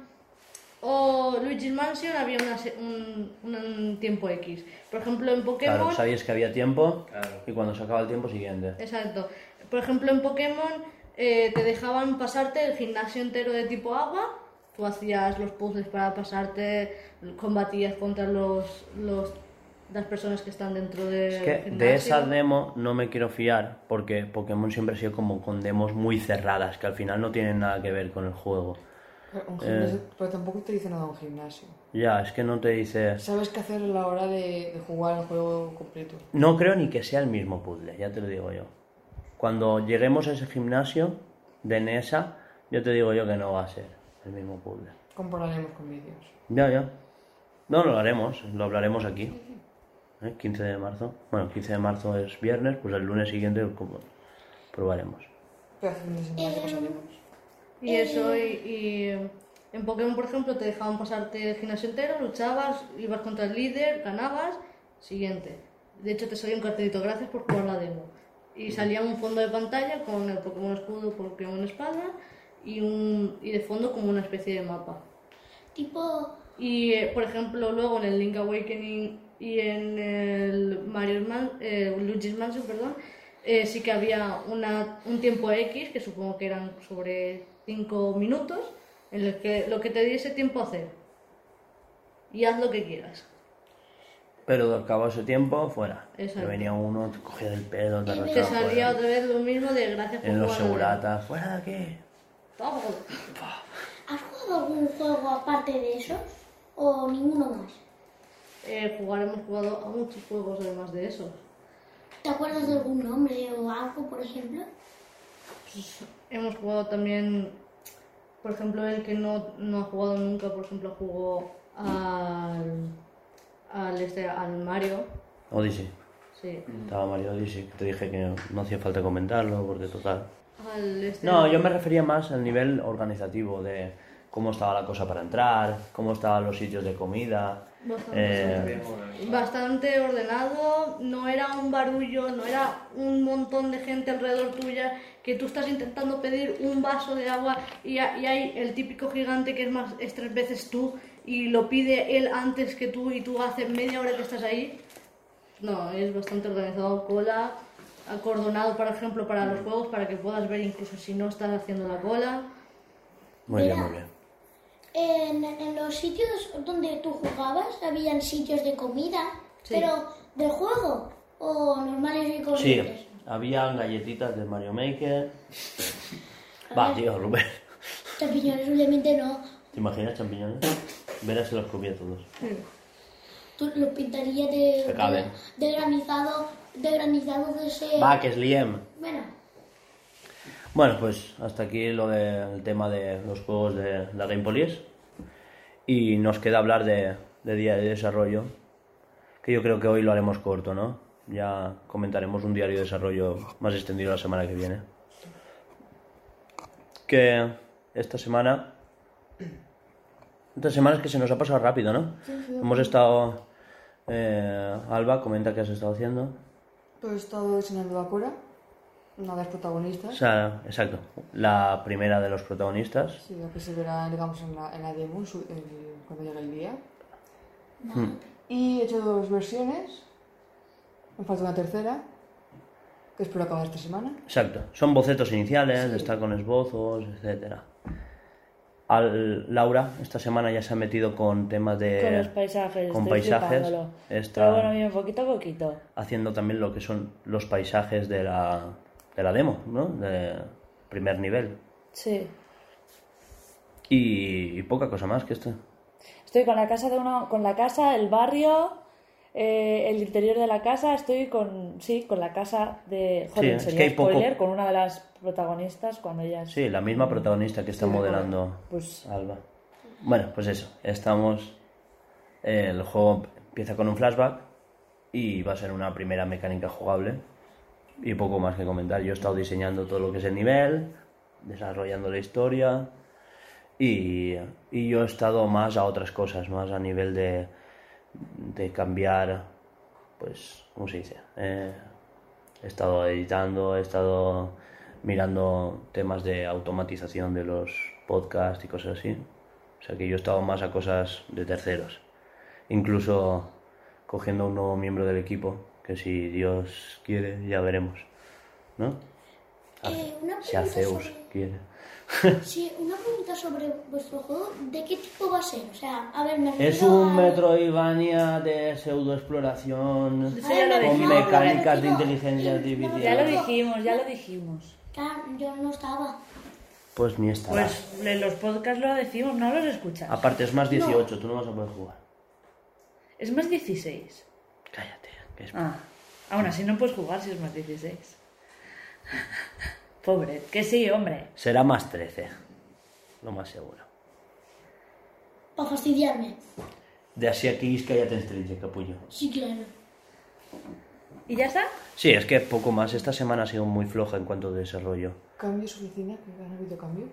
o Luigi's Mansion había una se- un, un tiempo X. Por ejemplo, en Pokémon... claro, sabías que había tiempo Claro. y cuando se acaba el tiempo siguiente. Exacto. Por ejemplo, en Pokémon eh, te dejaban pasarte el gimnasio entero de tipo agua. Tú hacías los puzzles para pasarte, combatías contra los, los las personas que están dentro del Es que gimnasio. de esa demo no me quiero fiar porque Pokémon siempre ha sido como con demos muy cerradas que al final no tienen nada que ver con el juego. Pero, un gimnasio, pero tampoco te dice nada un gimnasio. Ya, es que no te dice... Sabes qué hacer a la hora de, de jugar el juego completo. No creo ni que sea el mismo puzzle, ya te lo digo yo. Cuando lleguemos a ese gimnasio de Nesa, yo te digo yo que no va a ser el mismo puzzle. Compararemos con vídeos. Ya, ya. No, lo haremos, lo hablaremos aquí. ¿Eh? quince de marzo. Bueno, quince de marzo es viernes, pues el lunes siguiente como probaremos. Pero hace fin de semana que pasaremos. Y eso, y, y en Pokémon, por ejemplo, te dejaban pasarte el gimnasio entero, luchabas, ibas contra el líder, ganabas, siguiente. De hecho, te salía un cartelito, gracias por jugar la demo. Y salía un fondo de pantalla con el Pokémon escudo, Pokémon espada, y, un, y de fondo como una especie de mapa. Tipo, Y, eh, por ejemplo, luego en el Link Awakening y en el Mario Man, eh, Luigi's Mansion, perdón, eh, sí que había una, un tiempo X, que supongo que eran sobre cinco minutos, en el que lo que te diese tiempo a hacer. Y haz lo que quieras. Pero al cabo de ese tiempo, fuera. Exacto. Que venía uno, te cogía del pelo, te Te arrastraba salía fuera. otra vez lo mismo de gracias por En los jugar a la demo. seguratas, fuera de aquí. Toma. ¿has jugado algún juego aparte de esos? ¿O ninguno más? Eh, jugar hemos jugado a muchos juegos además de eso. ¿Te acuerdas de algún nombre o algo, por ejemplo? Hemos jugado también, por ejemplo, el que no, no ha jugado nunca, por ejemplo, jugó al, al, este, al Mario. Odyssey. Sí. Estaba Mario Odyssey, que te dije que no hacía falta comentarlo, porque total. Al este, No, yo me refería más al nivel organizativo de cómo estaba la cosa para entrar, cómo estaban los sitios de comida. Bastante, eh, Bien organizado. bastante ordenado, no era un barullo, no era un montón de gente alrededor tuya que tú estás intentando pedir un vaso de agua y, ha- y hay el típico gigante que es más es tres veces tú y lo pide él antes que tú y tú hace media hora que estás ahí. No, es bastante organizado, cola, acordonado, por ejemplo, para los juegos, para que puedas ver incluso si no estás haciendo la cola. Muy bien, Mira. muy bien. En, en los sitios donde tú jugabas, habían sitios de comida, Sí. pero ¿del juego? ¿O normales y Sí, corrientes? había galletitas de Mario Maker. Va, tío, Rubén. Champiñones, obviamente no. ¿Te imaginas champiñones? Verás que los comía todos. Tú los pintarías de, Se caben. de, de granizado, de granizado de ese... Va, que es Liem. Bueno, Bueno, pues hasta aquí lo del tema de los juegos de la Game Police. Y nos queda hablar de, de día de desarrollo, que yo creo que hoy lo haremos corto, ¿no? Ya comentaremos un diario de desarrollo más extendido la semana que viene. Que esta semana... Esta semana es que se nos ha pasado rápido, ¿no? Hemos estado... Eh, Alba, comenta qué has estado haciendo. Pues he estado diseñando Bakura, una de las O protagonistas. sea, exacto, la primera de los protagonistas. Sí, la que se verá, digamos, en la, en la demo su- el- cuando llegue el día. Hmm. Y he hecho dos versiones. Me falta una tercera, que espero acabar esta semana. Exacto, son bocetos iniciales, Sí. está con esbozos, etcétera. Al, Laura esta semana ya se ha metido con temas de... Con los paisajes. con estoy paisajes. flipándolo. Está Pero bueno, bien, poquito a poquito. haciendo también lo que son los paisajes de la, de la demo, ¿no? De primer nivel. Sí. Y, y poca cosa más que esto. Estoy con la casa de uno, con la casa, el barrio, eh, el interior de la casa. Estoy con, sí, con la casa de. Joder, Sí, es sería que hay poco- spoiler, con una de las protagonistas cuando ella. Sí, la misma protagonista que está Sí, modelando Pues Alba. Bueno, pues eso, estamos... El juego empieza con un flashback y va a ser una primera mecánica jugable y poco más que comentar. Yo he estado diseñando todo lo que es el nivel, desarrollando la historia y, y yo he estado más a otras cosas, más a nivel de, de cambiar, pues, ¿cómo se dice? Eh, he estado editando, he estado mirando temas de automatización de los podcasts y cosas así. O sea que yo he estado más a cosas de terceros. Incluso cogiendo un nuevo miembro del equipo, que si Dios quiere, ya veremos. ¿No? Eh, una Si a pregunta Zeus sobre- quiere. sí, una pregunta sobre vuestro juego. ¿De qué tipo va a ser? O sea, a ver, me Es refiero un a- Metroidvania de pseudoexploración, Eso ya lo Ay, con dijimos. no, mecánicas de no, no, inteligencia no, artificial. ya lo dijimos, ya lo dijimos. Claro, yo no estaba. Pues ni estará. Pues en los podcasts lo decimos, no los escuchas. Aparte es más dieciocho, tú no vas a poder jugar. Es más dieciséis. Cállate, que es... Ah, aún así no puedes jugar si es más dieciséis. Pobre, que sí, hombre. Será más trece, lo más seguro. Para fastidiarme. De así aquí es que ya te estrella, capullo. Sí, claro. ¿Y ya está? Sí, es que poco más. Esta semana ha sido muy floja en cuanto a desarrollo. Cambios oficina, que han habido cambios.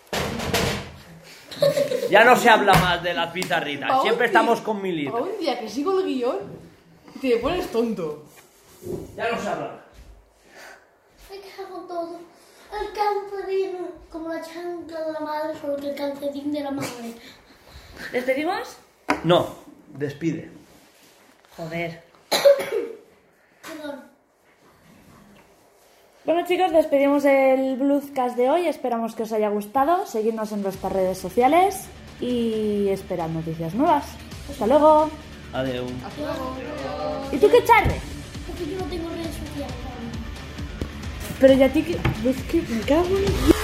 Ya no se habla más de las pizarritas. Pa' Siempre un día- estamos con Milito. pa' un día que sigo el guión, te pones tonto. Ya no se habla más. Me cago en todo. El calcetín, como la chancla de la madre sobre el calcetín de la madre. ¿Despedimos? No, despide. Joder. Perdón. Bueno chicos, despedimos el Bluescast de hoy. Esperamos que os haya gustado. Seguidnos en nuestras redes sociales y esperad noticias nuevas. Hasta luego. Adiós. ¿Y tú qué charre? Porque yo no tengo redes sociales. Pero ya a ti que... Es que me cago en...